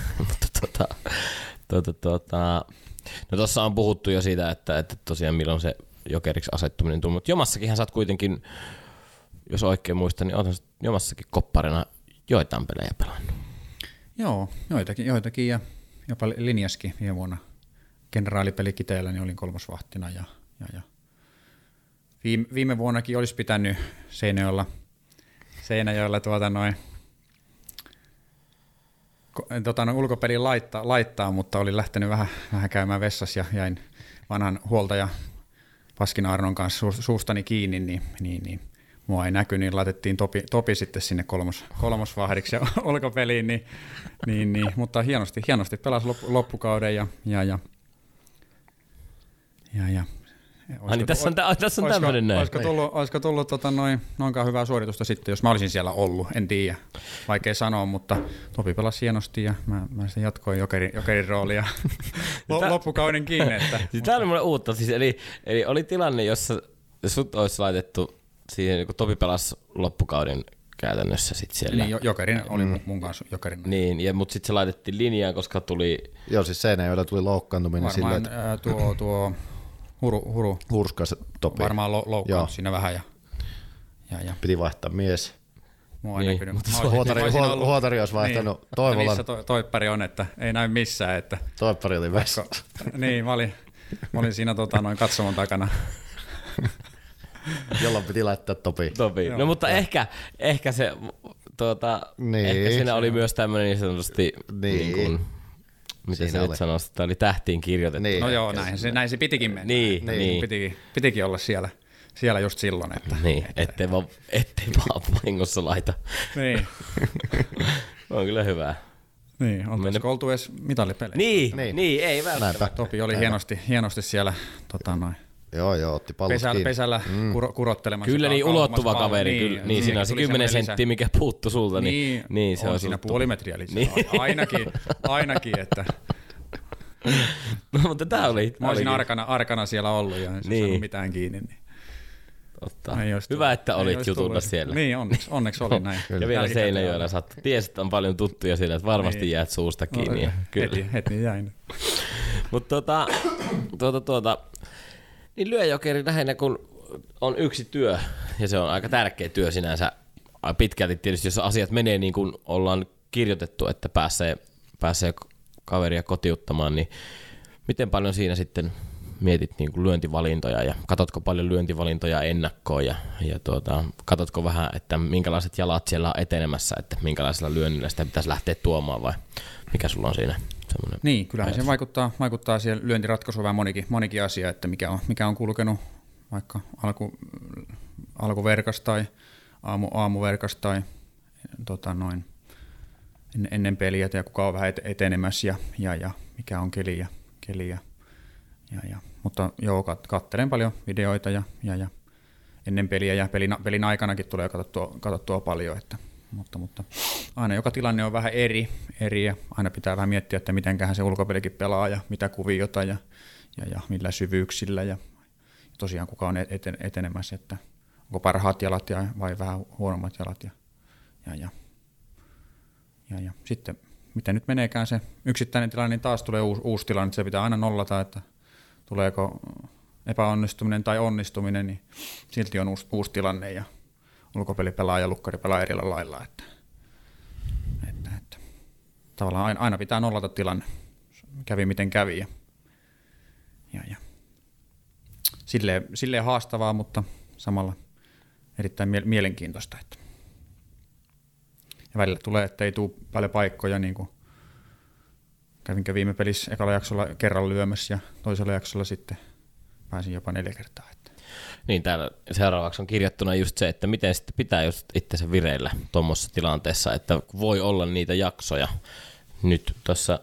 No tuossa on puhuttu jo siitä, että tosiaan milloin se Jokeriksi asettuminen tuli, mutta Jomassakinhan sä oot kuitenkin, jos oikein muistan, niin oothan Jomassakin kopparina joitain pelejä pelannut. Joo, joitakin ja jopa linjaskin viime vuonna. Generaalipeli Kiteellä niin olin kolmosvahtina ja viime vuonnakin olisi pitänyt Seinäjoella ulkopeliin laittaa, mutta olin lähtenyt vähän käymään vessassa ja jäin vanhan huoltaja Paskin Arnon kanssa suustani kiinni, niin mua ei näky, niin laitettiin Topi sitten sinne kolmosvahdiksi ja ulkopeliin, niin, mutta hienosti pelasi loppukauden ja niin tässä on tämmöinen näin. Olisiko tullut noinkaan hyvää suoritusta sitten, jos mä olisin siellä ollut, en tiedä, vaikea sanoa, mutta Topi pelasi hienosti ja mä sitten jatkoin jokerin roolia loppukauden kiinni. Tämä oli mulle uutta, siis eli oli tilanne, jossa sut olisi laitettu siihen, kun Topi pelasi loppukauden käytännössä sitten siellä. Niin, jokerin oli mun kanssa jokerina. Niin, mutta sitten se laitettiin linjaan, koska tuli. Joo, siis Seinäjoella tuli loukkaantuminen varmaan sille, että tuo Hurskas Topi. Varmaan loukkaantui siinä vähän ja. Piti vaihtaa mies. Mua ei näkynyt. Huotari olisi vaihtanut niin, Toivolan. Missä Toippari on, että ei näy missään. Että Toippari oli vessa. Niin, mä olin siinä noin katsomon takana. Jolloin piti laittaa Topi. No mutta ehkä se niin, ehkä siinä oli myös tämmöinen niin sanotusti niin kuin, miten se nyt sanoisi, että oli tähtiin kirjoitettu. Niin. No joo, näin se pitikin mennä. Niin. Pitikin olla siellä just silloin. Että, niin, ettei vaan vahingossa laita. Niin. On kyllä hyvää. Niin, olisiko oltu edes mitalipeleissä? Niin, ei välttämättä. Topi oli hienosti siellä Joo, otti pallot pesällä kurottelemassa. Kyllä niin ulottuva kaveri, niin siinä on se 10 senttiä, mikä puuttu sulta. Niin se on siinä puoli metriä lisää. Niin. Ainakin, että. No, mutta tää oli. Mä olisin arkana siellä ollut ja en saanut mitään kiinni. Niin. Totta. Hyvä, että olit jutulla siellä. Niin, onneksi oli näin. Ja vielä Seinäjoella tiesit, että on paljon tuttuja siellä, että varmasti jäät suusta kiinni. Heti jäin. Mutta niin Lyöjäjokeri lähinnä, kun on yksi työ, ja se on aika tärkeä työ sinänsä pitkälti tietysti, jos asiat menee niin kuin ollaan kirjoitettu, että pääsee kaveria kotiuttamaan, niin miten paljon siinä sitten mietit niin kuin lyöntivalintoja ja katsotko paljon lyöntivalintoja ennakkoon ja katsotko vähän, että minkälaiset jalat siellä on etenemässä, että minkälaisella lyönnillä sitä pitäisi lähteä tuomaan vai mikä sulla on siinä semmoinen? Niin, kyllähän se vaikuttaa siihen lyöntiratkaisuun vähän monikin asia, että mikä on kulkenut vaikka alkuverkas tai aamuverkas tai ennen peliä ja kuka on vähän etenemässä ja mikä on keli. Mutta joo, katselen paljon videoita ja ennen peliä ja pelin aikanakin tulee katsottua paljon, mutta aina joka tilanne on vähän eri ja aina pitää vähän miettiä, että mitenköhän se ulkopelikin pelaa ja mitä kuviota ja millä syvyyksillä ja tosiaan kuka on etenemässä, että onko parhaat jalat vai vähän huonommat jalat ja sitten miten nyt meneekään se yksittäinen tilanne, niin taas tulee uusi tilanne, että se pitää aina nollata, että tuleeko epäonnistuminen tai onnistuminen, niin silti on uusi tilanne ja ulkopeli pelaa ja lukkari pelaa eri lailla. Että tavallaan aina pitää nollata tilanne, kävi miten kävi ja silleen haastavaa, mutta samalla erittäin mielenkiintoista. Että. Ja välillä tulee, että ei tule paljon paikkoja, niin kuin kävinkö viime pelissä ekalla jaksolla kerran lyömässä ja toisella jaksolla sitten pääsin jopa 4 kertaa. Niin, täällä seuraavaksi on kirjattuna just se, että miten sitten pitää just itsensä vireillä tuommoisessa tilanteessa, että voi olla niitä jaksoja. Nyt tuossa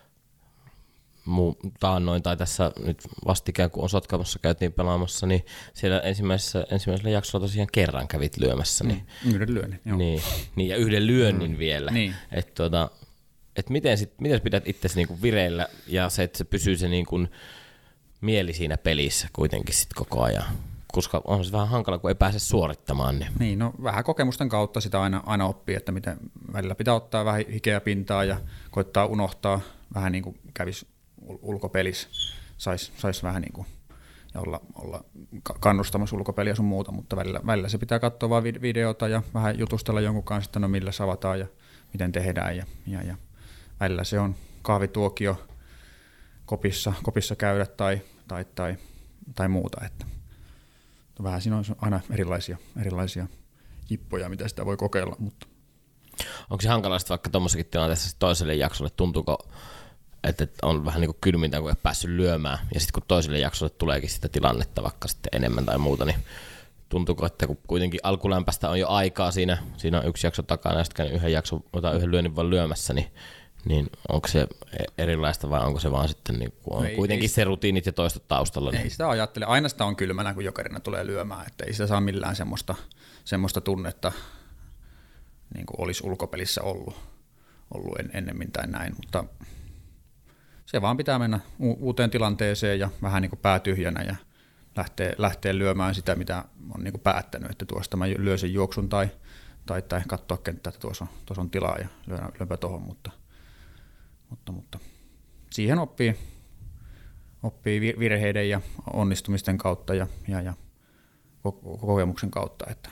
taannoin tai tässä nyt vastikään, kun on Sotkamossa käytiin pelaamassa, niin siellä ensimmäisellä jaksolla tosiaan kerran kävit lyömässä. Niin, yhden lyönnin, joo. Niin, ja yhden lyönnin vielä. Niin. Että miten pidät itsesi niinku vireillä ja se, että se pysyy se niinku mieli siinä pelissä kuitenkin sit koko ajan. Koska on se vähän hankala, kun ei pääse suorittamaan. Niin, no vähän kokemusten kautta sitä aina oppii, että miten välillä pitää ottaa vähän hikeä pintaa ja koittaa unohtaa vähän niin kuin kävisi ulkopelissä. Sais vähän niin kuin ja olla kannustamassa ulkopeliä sun muuta, mutta välillä se pitää katsoa vaan videota ja vähän jutustella jonkun kanssa, että no millä savataan ja miten tehdään. Ja välillä se on kahvituokio kopissa käydä tai muuta, että vähän siinä on aina erilaisia jippoja, mitä sitä voi kokeilla. Mutta. Onko se hankalasta vaikka tuommoisessakin tilanteessa toiselle jaksolle? Tuntuuko, että on vähän niin kuin kylmintä, kun ei päässyt lyömään, ja sitten kun toiselle jaksolle tuleekin sitä tilannetta vaikka sitten enemmän tai muuta, niin tuntuuko, että kun kuitenkin alkulämpästä on jo aikaa siinä on yksi jakso takana, ja sitten yhden lyönnin vaan lyömässä, niin onko se erilaista vai onko se vaan sitten niin on kuitenkin se rutiinit ja toistot taustalla? Ei sitä ajattele. Aina sitä on kylmänä, kun jokerina tulee lyömään. Että ei sitä saa millään semmoista tunnetta, niin kuin olisi ulkopelissä ollut ennemmin tai näin. Mutta se vaan pitää mennä uuteen tilanteeseen ja vähän niin kuin pää tyhjänä ja lähteä lyömään sitä, mitä on niin kuin päättänyt. Että tuosta mä lyön sen juoksun tai katsoa kenttää, että tuossa on tilaa ja lyönpä tuohon. Mutta siihen oppii virheiden ja onnistumisten kautta ja kokemuksen kautta, että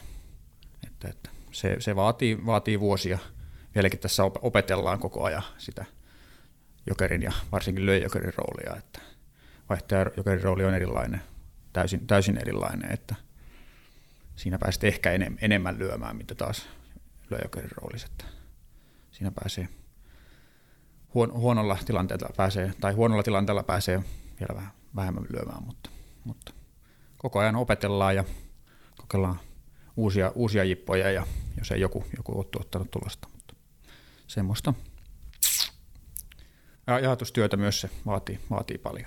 se vaatii vuosia. Vieläkin tässä opetellaan koko ajan sitä jokerin ja varsinkin lyöjokerin roolia, että vaihtajajokerin rooli on erilainen, täysin erilainen, että siinä pääset ehkä enemmän lyömään, mitä taas lyöjokerin roolissa, että siinä pääsee huonolla tilanteella pääsee vielä vähän vähemmän lyömään, mutta koko ajan opetellaan ja kokeillaan uusia jippoja ja jos ei joku ole tuottanut tulosta, mutta semmoista ajatustyötä myös se vaatii paljon.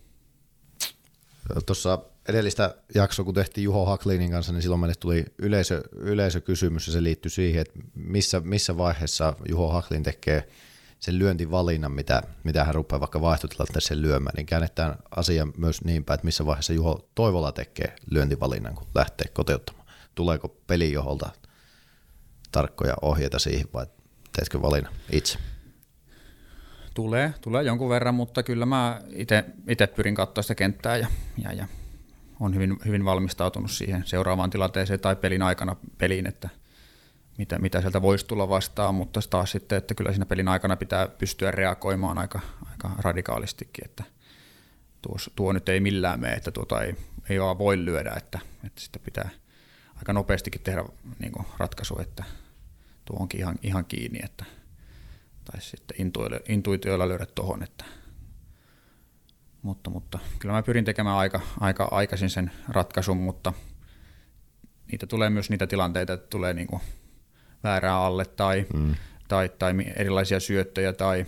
Tuossa edellistä jaksoa, kun tehtiin Juho Haklinin kanssa, niin silloin meille tuli yleisökysymys ja se liittyi siihen, että missä vaiheessa Juho Haklin tekee sen lyöntivalinnan, mitä hän rupeaa vaikka vaihtotilanteessa lyömään, niin käännetään asia myös niin päin, että missä vaiheessa Juho Toivola tekee lyöntivalinnan, kun lähtee koteuttamaan. Tuleeko pelijoholta tarkkoja ohjeita siihen vai teetkö valinnan itse? Tulee jonkun verran, mutta kyllä mä itse pyrin katsoa sitä kenttää ja on hyvin valmistautunut siihen seuraavaan tilanteeseen tai pelin aikana peliin, että mitä sieltä voisi tulla vastaan, mutta taas sitten, että kyllä siinä pelin aikana pitää pystyä reagoimaan aika radikaalistikin, että tuo nyt ei millään mene, että tuota ei vaan voi lyödä, että sitten pitää aika nopeastikin tehdä niin kuin ratkaisu, että tuo onkin ihan kiinni, että tai sitten intuitioilla lyödä tuohon, että mutta kyllä mä pyrin tekemään aika aikaisin sen ratkaisun, mutta niitä tulee myös niitä tilanteita, että tulee niin kuin väärää alle tai erilaisia syöttöjä tai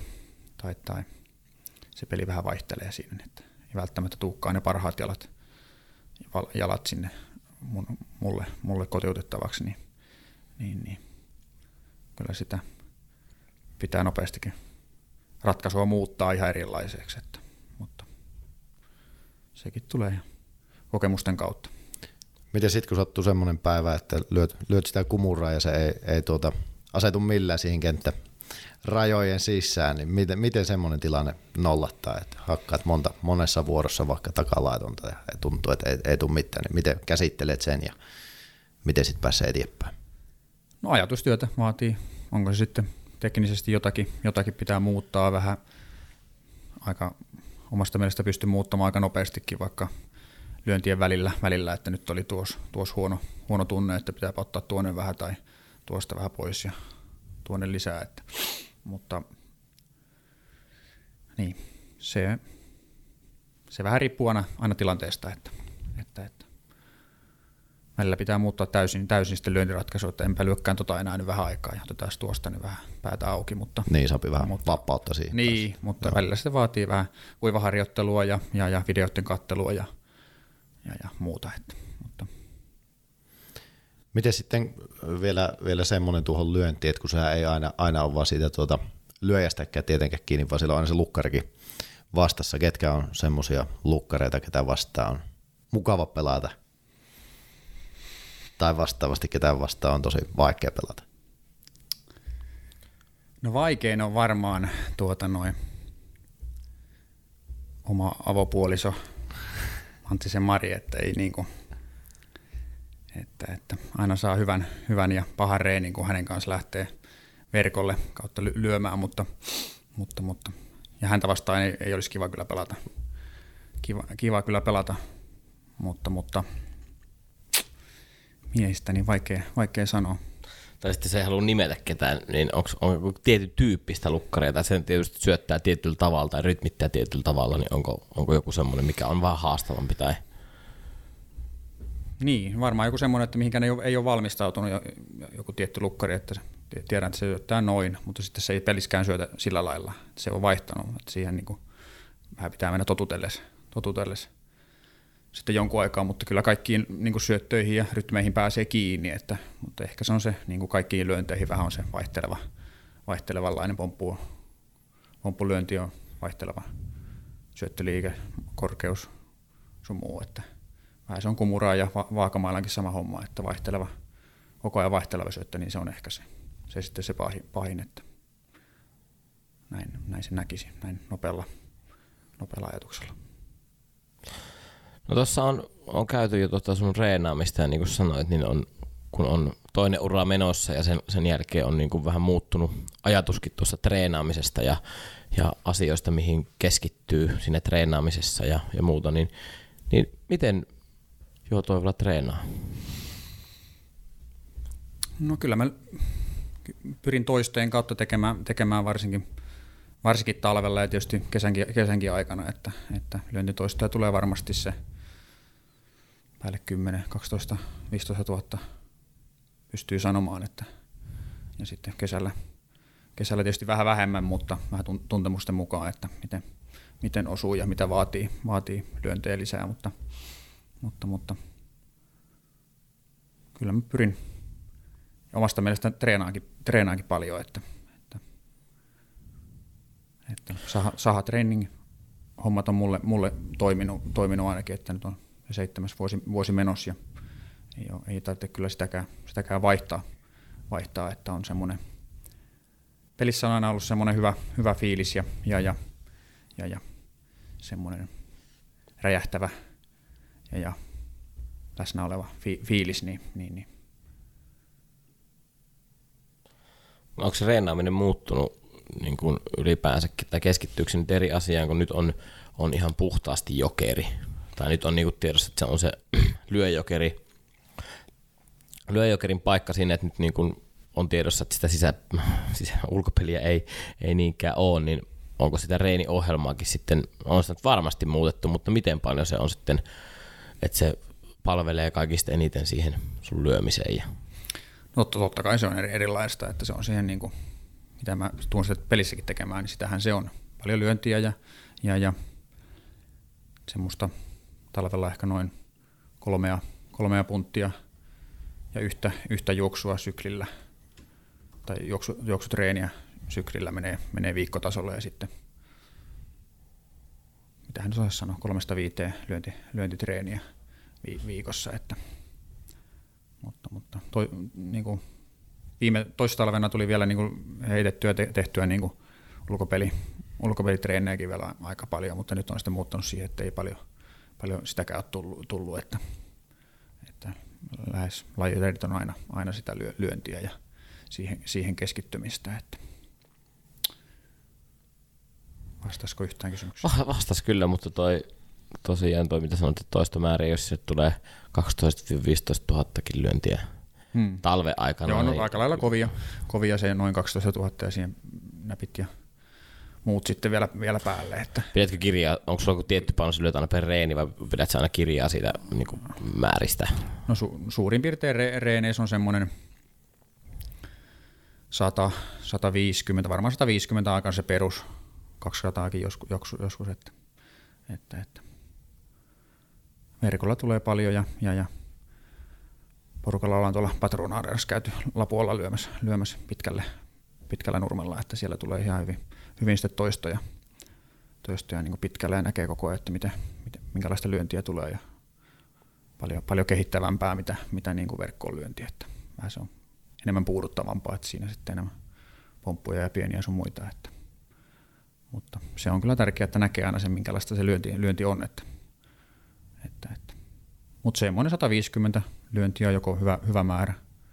se peli vähän vaihtelee siinä, että ei välttämättä tulekaan ne parhaat jalat sinne mulle kotiutettavaksi, niin kyllä sitä pitää nopeastikin ratkaisua muuttaa ihan erilaiseksi, mutta sekin tulee kokemusten kautta. Miten sitten, kun sattuu semmoinen päivä, että lyöt sitä kumuraa ja se ei asetu millään siihen kenttärajojen sisään, niin miten semmoinen tilanne nollattaa, että hakkaat monessa vuorossa vaikka takalaitonta ja tuntuu, että ei tule mitään, niin miten käsittelet sen ja miten sitten pääsee eteenpäin? No ajatustyötä vaatii, onko se sitten teknisesti jotakin pitää muuttaa vähän, aika omasta mielestä pystyy muuttamaan aika nopeastikin vaikka lyöntien välillä, että nyt oli tuossa huono tunne, että pitää ottaa tuonne vähän tai tuosta vähän pois ja tuonne lisää. Mutta niin, se vähän riippuu aina tilanteesta, että välillä pitää muuttaa täysin sitten lyöntiratkaisua, että enpä lyökkään enää nyt vähän aikaa ja otetaan tuosta niin vähän päätä auki. Mutta, niin, sopii vähän vapautta siihen. Niin, taas. Mutta välillä se vaatii vähän kuivaharjoittelua ja videoiden kattelua ja muuta. Mutta. Miten sitten vielä semmoinen tuohon lyöntiin, että kun sehän ei aina ole vaan siitä lyöjästäkään tietenkään kiinni, vaan siellä on aina se lukkarikin vastassa. Ketkä on semmoisia lukkareita, ketä vastaan on mukava pelata? Tai vastaavasti ketään vastaan on tosi vaikea pelata? No vaikein on varmaan oma avopuoliso Anttisen Mari, että ei niinku, että aina saa hyvän ja pahan reenin, kun hänen kanssa lähtee verkolle kautta lyömään, mutta ja häntä vastaan ei olisi kiva kyllä pelata. Kiva kyllä pelata, mutta miehistä niin vaikea sanoa. Tai sitten se ei halua nimetä ketään, niin onko tietyn tyyppistä lukkaria, tai sen tietysti syöttää tietyllä tavalla tai rytmittää tietyllä tavalla, niin onko joku semmoinen, mikä on vähän haastavampi tai? Niin, varmaan joku semmoinen, että mihinkään ei ole valmistautunut joku tietty lukkari, että tiedän, että se syöttää noin, mutta sitten se ei peliskään syötä sillä lailla, että se on vaihtanut, että siihen niin kuin vähän pitää mennä totutelles sitten jonkun aikaa, mutta kyllä kaikkiin niin kuin syöttöihin ja rytmeihin pääsee kiinni, mutta ehkä se on se, niin kuin kaikkiin lyönteihin vähän on se vaihtelevanlainen pomppulyönti on vaihteleva syöttöliike, korkeus sun muu, että vähän se on kumuraa ja vaakamaillakin sama homma, että koko ajan vaihteleva syöttö, niin se on ehkä se sitten se pahin, että näin se näkisi, näin nopealla ajatuksella. No tuossa on käyty jo sun reenaamista ja niin kuin sanoit, niin kun on toinen ura menossa ja sen jälkeen on niin kuin vähän muuttunut ajatuskin tuossa treenaamisesta ja asioista, mihin keskittyy siinä treenaamisessa ja muuta, niin miten Juho Toivola treenaa? No kyllä mä pyrin toistojen kautta tekemään varsinkin talvella ja tietysti kesänkin aikana, että lyöntitoistoja tulee varmasti se päälle 10, 12, 15 000 pystyy sanomaan, että ja sitten kesällä tietysti vähän vähemmän, mutta vähän tuntemusten mukaan, että miten osuu ja mitä vaatii lyöntejä lisää, mutta kyllä mä pyrin omasta mielestä treenaankin paljon, että sahatreening hommat on mulle toiminut ainakin, että nyt on 7. vuosi menossa ja ei tarvitse kyllä sitäkään vaihtaa, että on semmoinen pelissä on aina ollut semmoinen hyvä fiilis ja semmoinen räjähtävä ja läsnä oleva fiilis, niin onko se reenaaminen muuttunut niin kuin ylipäänsäkin, tai keskittyykö se nyt eri asiaan, kun nyt on ihan puhtaasti jokeri, tai nyt on niin kuin tiedossa, että se on se lyöjokerin paikka siinä, että nyt niin kuin on tiedossa, että sitä ulkopeliä ei niinkään ole, niin onko sitä reeniohjelmaakin sitten, on sitä varmasti muutettu, mutta miten paljon se on sitten, että se palvelee kaikista eniten siihen sun lyömiseen? No totta kai se on erilaista, että se on siihen, niin kuin, mitä mä tuun sitä pelissäkin tekemään, niin sitähän se on. Paljon lyöntiä ja semmoista talvella ehkä noin 3 punttia ja yhtä juoksua syklillä tai juoksutreeniä syklillä menee viikkotasolla ja sitten mitähän nyt osaisi sanoa, 3-5 lyöntitreeniä viikossa, että mutta niin toistalvena tuli vielä niin heitettyä tehtyä niin ulkopelitreenejäkin vielä aika paljon, mutta nyt on sitten muuttanut siihen, että ei paljon sitäkään ole tullut että lähes lajitreidit on aina sitä lyöntiä ja siihen keskittymistä. Että. Vastaisiko yhtään kysymyksiä? Vastas kyllä, mutta tosiaan mitä sanoit, että toista määrin, jos se tulee 12 000–15 000 lyöntiä talven aikana. Joo, no aika lailla kovia se noin 12 000 ja siihen näpit ja muut sitten vielä päälle. Että. Pidätkö kirjaa, onko sulla joku tietty paljon sä lyöt aina per reeni vai pidätkö aina kirjaa siitä niin kuin määristä? No suurin piirtein reeneissä on semmoinen 150, varmaan 150 aikaan se perus, 200kin joskus että verkolla tulee paljon ja porukalla ollaan tuolla Patruunaaressa käyty Lapualla lyömässä pitkällä nurmella, että siellä tulee ihan hyvin sitten toistoja niin kuin pitkällä ja näkee koko ajan, että minkälaista lyöntiä tulee ja paljon kehittävämpää, mitä niin kuin verkkoon lyönti, että vähän se on enemmän puuduttavampaa, että siinä sitten enemmän pomppuja ja pieniä sun muita, mutta se on kyllä tärkeää, että näkee aina sen, minkälaista se lyönti on, että. Mutta semmoinen 150 lyöntiä on joko hyvä määrä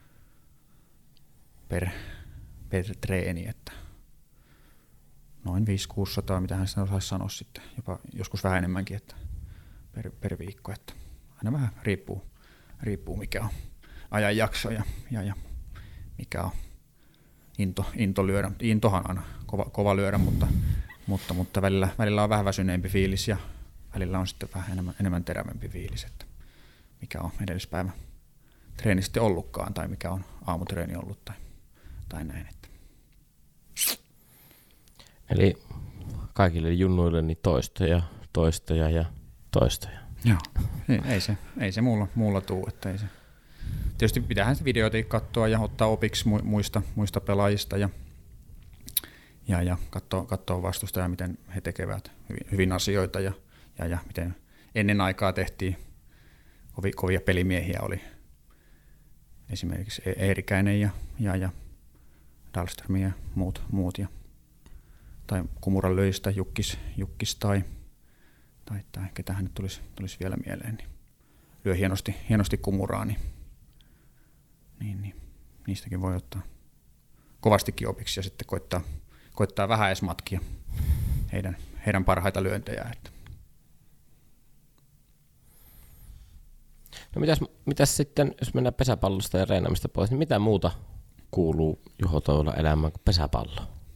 per treeni, että noin 500–600, mitä hän sitä osaisi sanoa sitten, jopa joskus vähän enemmänkin, että per viikko, että aina vähän riippuu mikä on ajanjakso ja mikä on into lyödä. Intohan on kova lyödä, mutta välillä on vähän väsyneempi fiilis ja välillä on sitten vähän enemmän terävämpi fiilis, että mikä on edellispäivä treeni sitten ollutkaan tai mikä on aamutreeni ollut tai näin. Että. Eli kaikille junnuille niin toistoja. Joo, ei se muulla tuu, että ei se. Tietysti pitäähän se videoita katsoa ja ottaa opiksi muista pelaajista ja katsoa vastustajaa, miten he tekevät hyvin asioita ja miten ennen aikaa tehtiin. Kovia pelimiehiä oli esimerkiksi Eerikäinen ja Dahlström ja muut tai Kumuran löistä Jukkis tai ketähän nyt tulisi vielä mieleen, niin lyö hienosti Kumuraa, niin niistäkin voi ottaa kovastikin opiksi ja sitten koittaa vähän edes matkia heidän parhaita lyöntejä. Että. No mitäs sitten, jos mennään pesäpallosta ja reenaamista pois, niin mitä muuta kuuluu Juho Toivolan elämään kuin pesäpallo?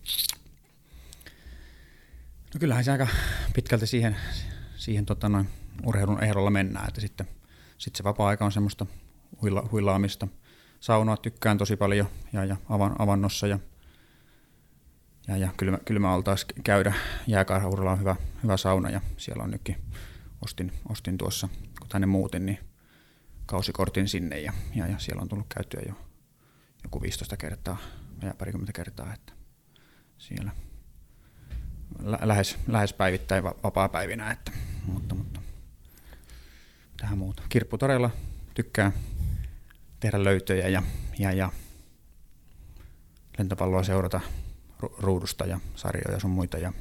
No kyllähän se aika pitkälti siihen urheilun ehdolla mennään, että sitten se vapaa-aika on semmoista huilaamista. Saunoa tykkään tosi paljon ja avannossa ja kylmäaltaas käydä. Jääkarhurilla on hyvä sauna ja siellä on nytkin ostin tuossa, kun tänne muutin, niin kausikortin sinne ja siellä on tullut käytyä jo joku 15 kertaa ja parikymmentä kertaa, että siellä lähes päivittäin vapaapäivinä, että, mutta tähän muuta. Kirpputoreilla tykkään tehdä löytöjä ja lentopalloa seurata ruudusta ja sarjoja sun muita ja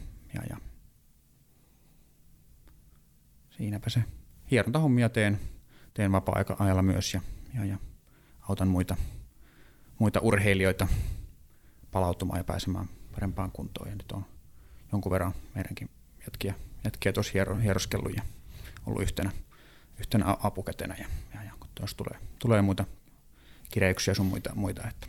siinäpä se. Hierontahommia teen vapaa-ajalla myös ja autan muita urheilijoita palautumaan ja pääsemään parempaan kuntoon. Ja nyt on jonkun verran meidänkin jätkiä tuossa hieroskellut ja ollut yhtenä apukätenä. Ja kun tuossa tulee muita kireyksiä sun muita että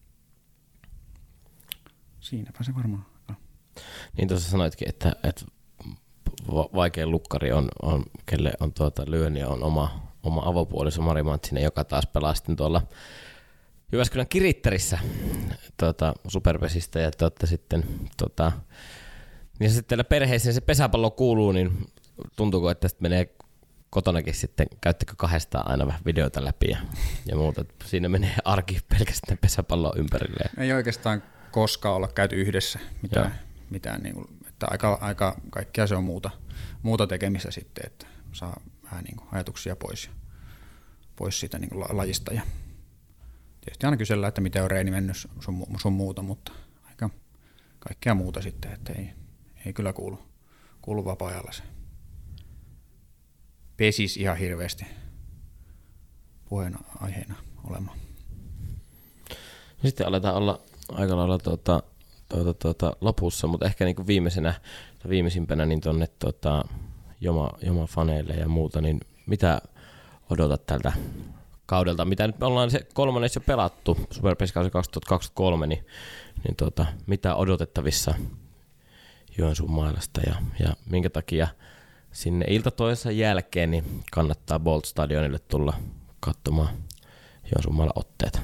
siinäpä se varmaan. Niin tuossa sanoitkin, että vaikein lukkari on kelle on lyönni ja on oma avopuoliso Mari Mantsinen, joka taas pelaa sitten tuolla Jyväskylän Kiritterissä Superpesistä ja sitten niin sitten teillä perheessä se pesäpallo kuuluu, niin tuntuuko, että sitten menee kotonakin sitten, käyttekö kahdestaan aina vähän videoita läpi ja muuta, siinä menee arki pelkästään pesäpallon ympärille? Ei oikeastaan koskaan olla käyty yhdessä mitään niin kuin, että aika kaikkea se on muuta tekemistä sitten, että saa vähän niin kuin ajatuksia pois siitä niin kuin lajista ja tietysti aina kysellään, että miten on reeni mennyt sun muuta, mutta aika kaikkea muuta sitten, että ei kyllä kuulu vapaa-ajalla se pesis ihan hirveästi puheenaiheena olemaan. Sitten aletaan olla aika lailla lopussa, mutta ehkä niin kuin viimeisimpänä niin tuonne Joma faneille ja muuta, niin mitä odotat tältä kaudelta? Mitä nyt me ollaan se 3. jo pelattu, Superpeskausi 2023, niin mitä odotettavissa Joensuun mailasta ja minkä takia sinne ilta toisensa jälkeen niin kannattaa Bolt-stadionille tulla katsomaan Joensuun mailla otteita?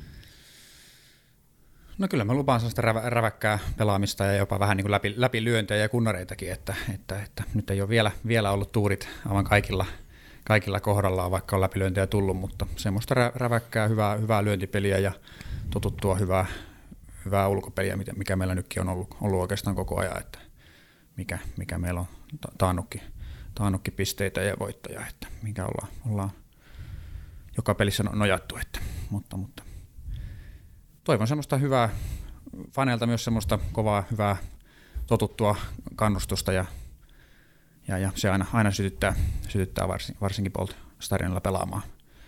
No kyllä mä lupaan sellaista räväkkää pelaamista ja jopa vähän niin kuin läpilyöntejä ja kunnareitakin, että nyt ei ole vielä ollut tuurit aivan kaikilla kohdallaan, vaikka on läpilyöntejä tullut, mutta semmoista räväkkää, hyvää lyöntipeliä ja totuttua hyvää ulkopeliä, mikä meillä nytkin on ollut oikeastaan koko ajan, että mikä meillä on taannutkin pisteitä ja voittoja, että mikä ollaan joka pelissä nojattu, mutta toivon semmoista hyvää faneilta myös semmoista kovaa, hyvää, totuttua kannustusta ja se aina sytyttää varsinkin Bolt-stadionilla pelaamaan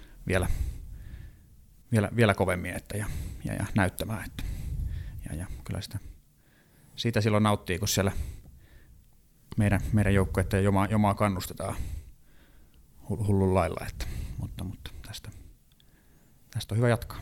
vielä kovemmin ja näyttämään. Ja kyllä siitä silloin nauttii, kun siellä meidän joukkuetta ja jomaa kannustetaan hullun lailla. Mutta tästä on hyvä jatkaa.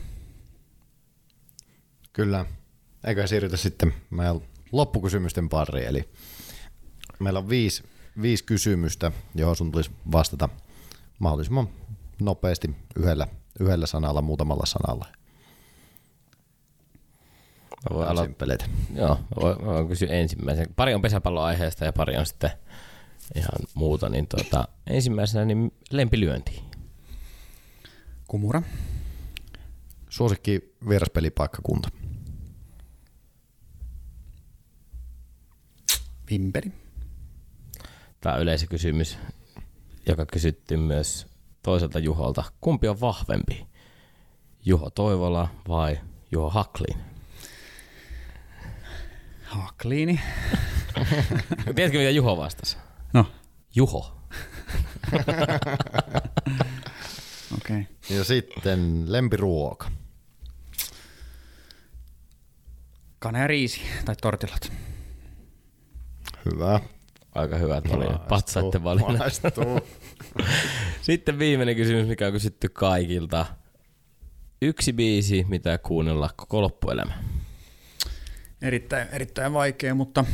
Kyllä. Eiköhän siirrytä sitten meidän loppukysymysten pariin. Eli meillä on 5 kysymystä, johon sun tulisi vastata mahdollisimman nopeasti yhdellä sanalla, muutamalla sanalla. Voi aloittaa. Joo, voin kysyä ensimmäisen. Pari on pesäpalloaiheesta ja pari on sitten ihan muuta. Niin ensimmäisenä niin lempilyönti. Kumura. Suosikki vieraspelipaikkakunta. Vimpeli. Tämä on yleisökysymys, joka kysyttiin myös toiselta Juholta. Kumpi on vahvempi? Juho Toivola vai Juho Haklin? Hakliini. Tiedätkö, mitä Juho vastasi? No. Juho. Okei. Okay. Ja sitten lempiruoka. Kana ja riisi tai tortillat. Hyvä. Aika hyvät valinnat. Patsaitte valinnat. Sitten viimeinen kysymys, mikä on kysytty kaikilta. Yksi biisi, mitä kuunnella koko loppuelämä. Erittäin vaikea, mutta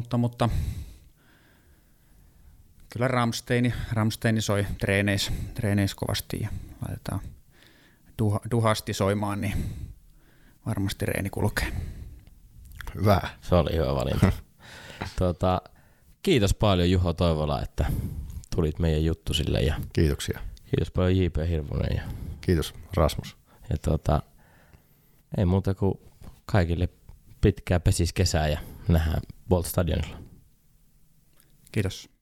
kyllä Rammstein soi treeneissä kovasti ja laitetaan duhasti soimaan, niin varmasti reeni kulkee. Hyvä. Se oli hyvä valinta. Kiitos paljon Juho Toivola, että tulit meidän juttusille. Ja kiitoksia. Kiitos paljon J.P. Hirvonen. Ja kiitos Rasmus. Ja ei muuta kuin kaikille pitkää pesiskesää ja nähdään Bolt-stadionilla. Kiitos.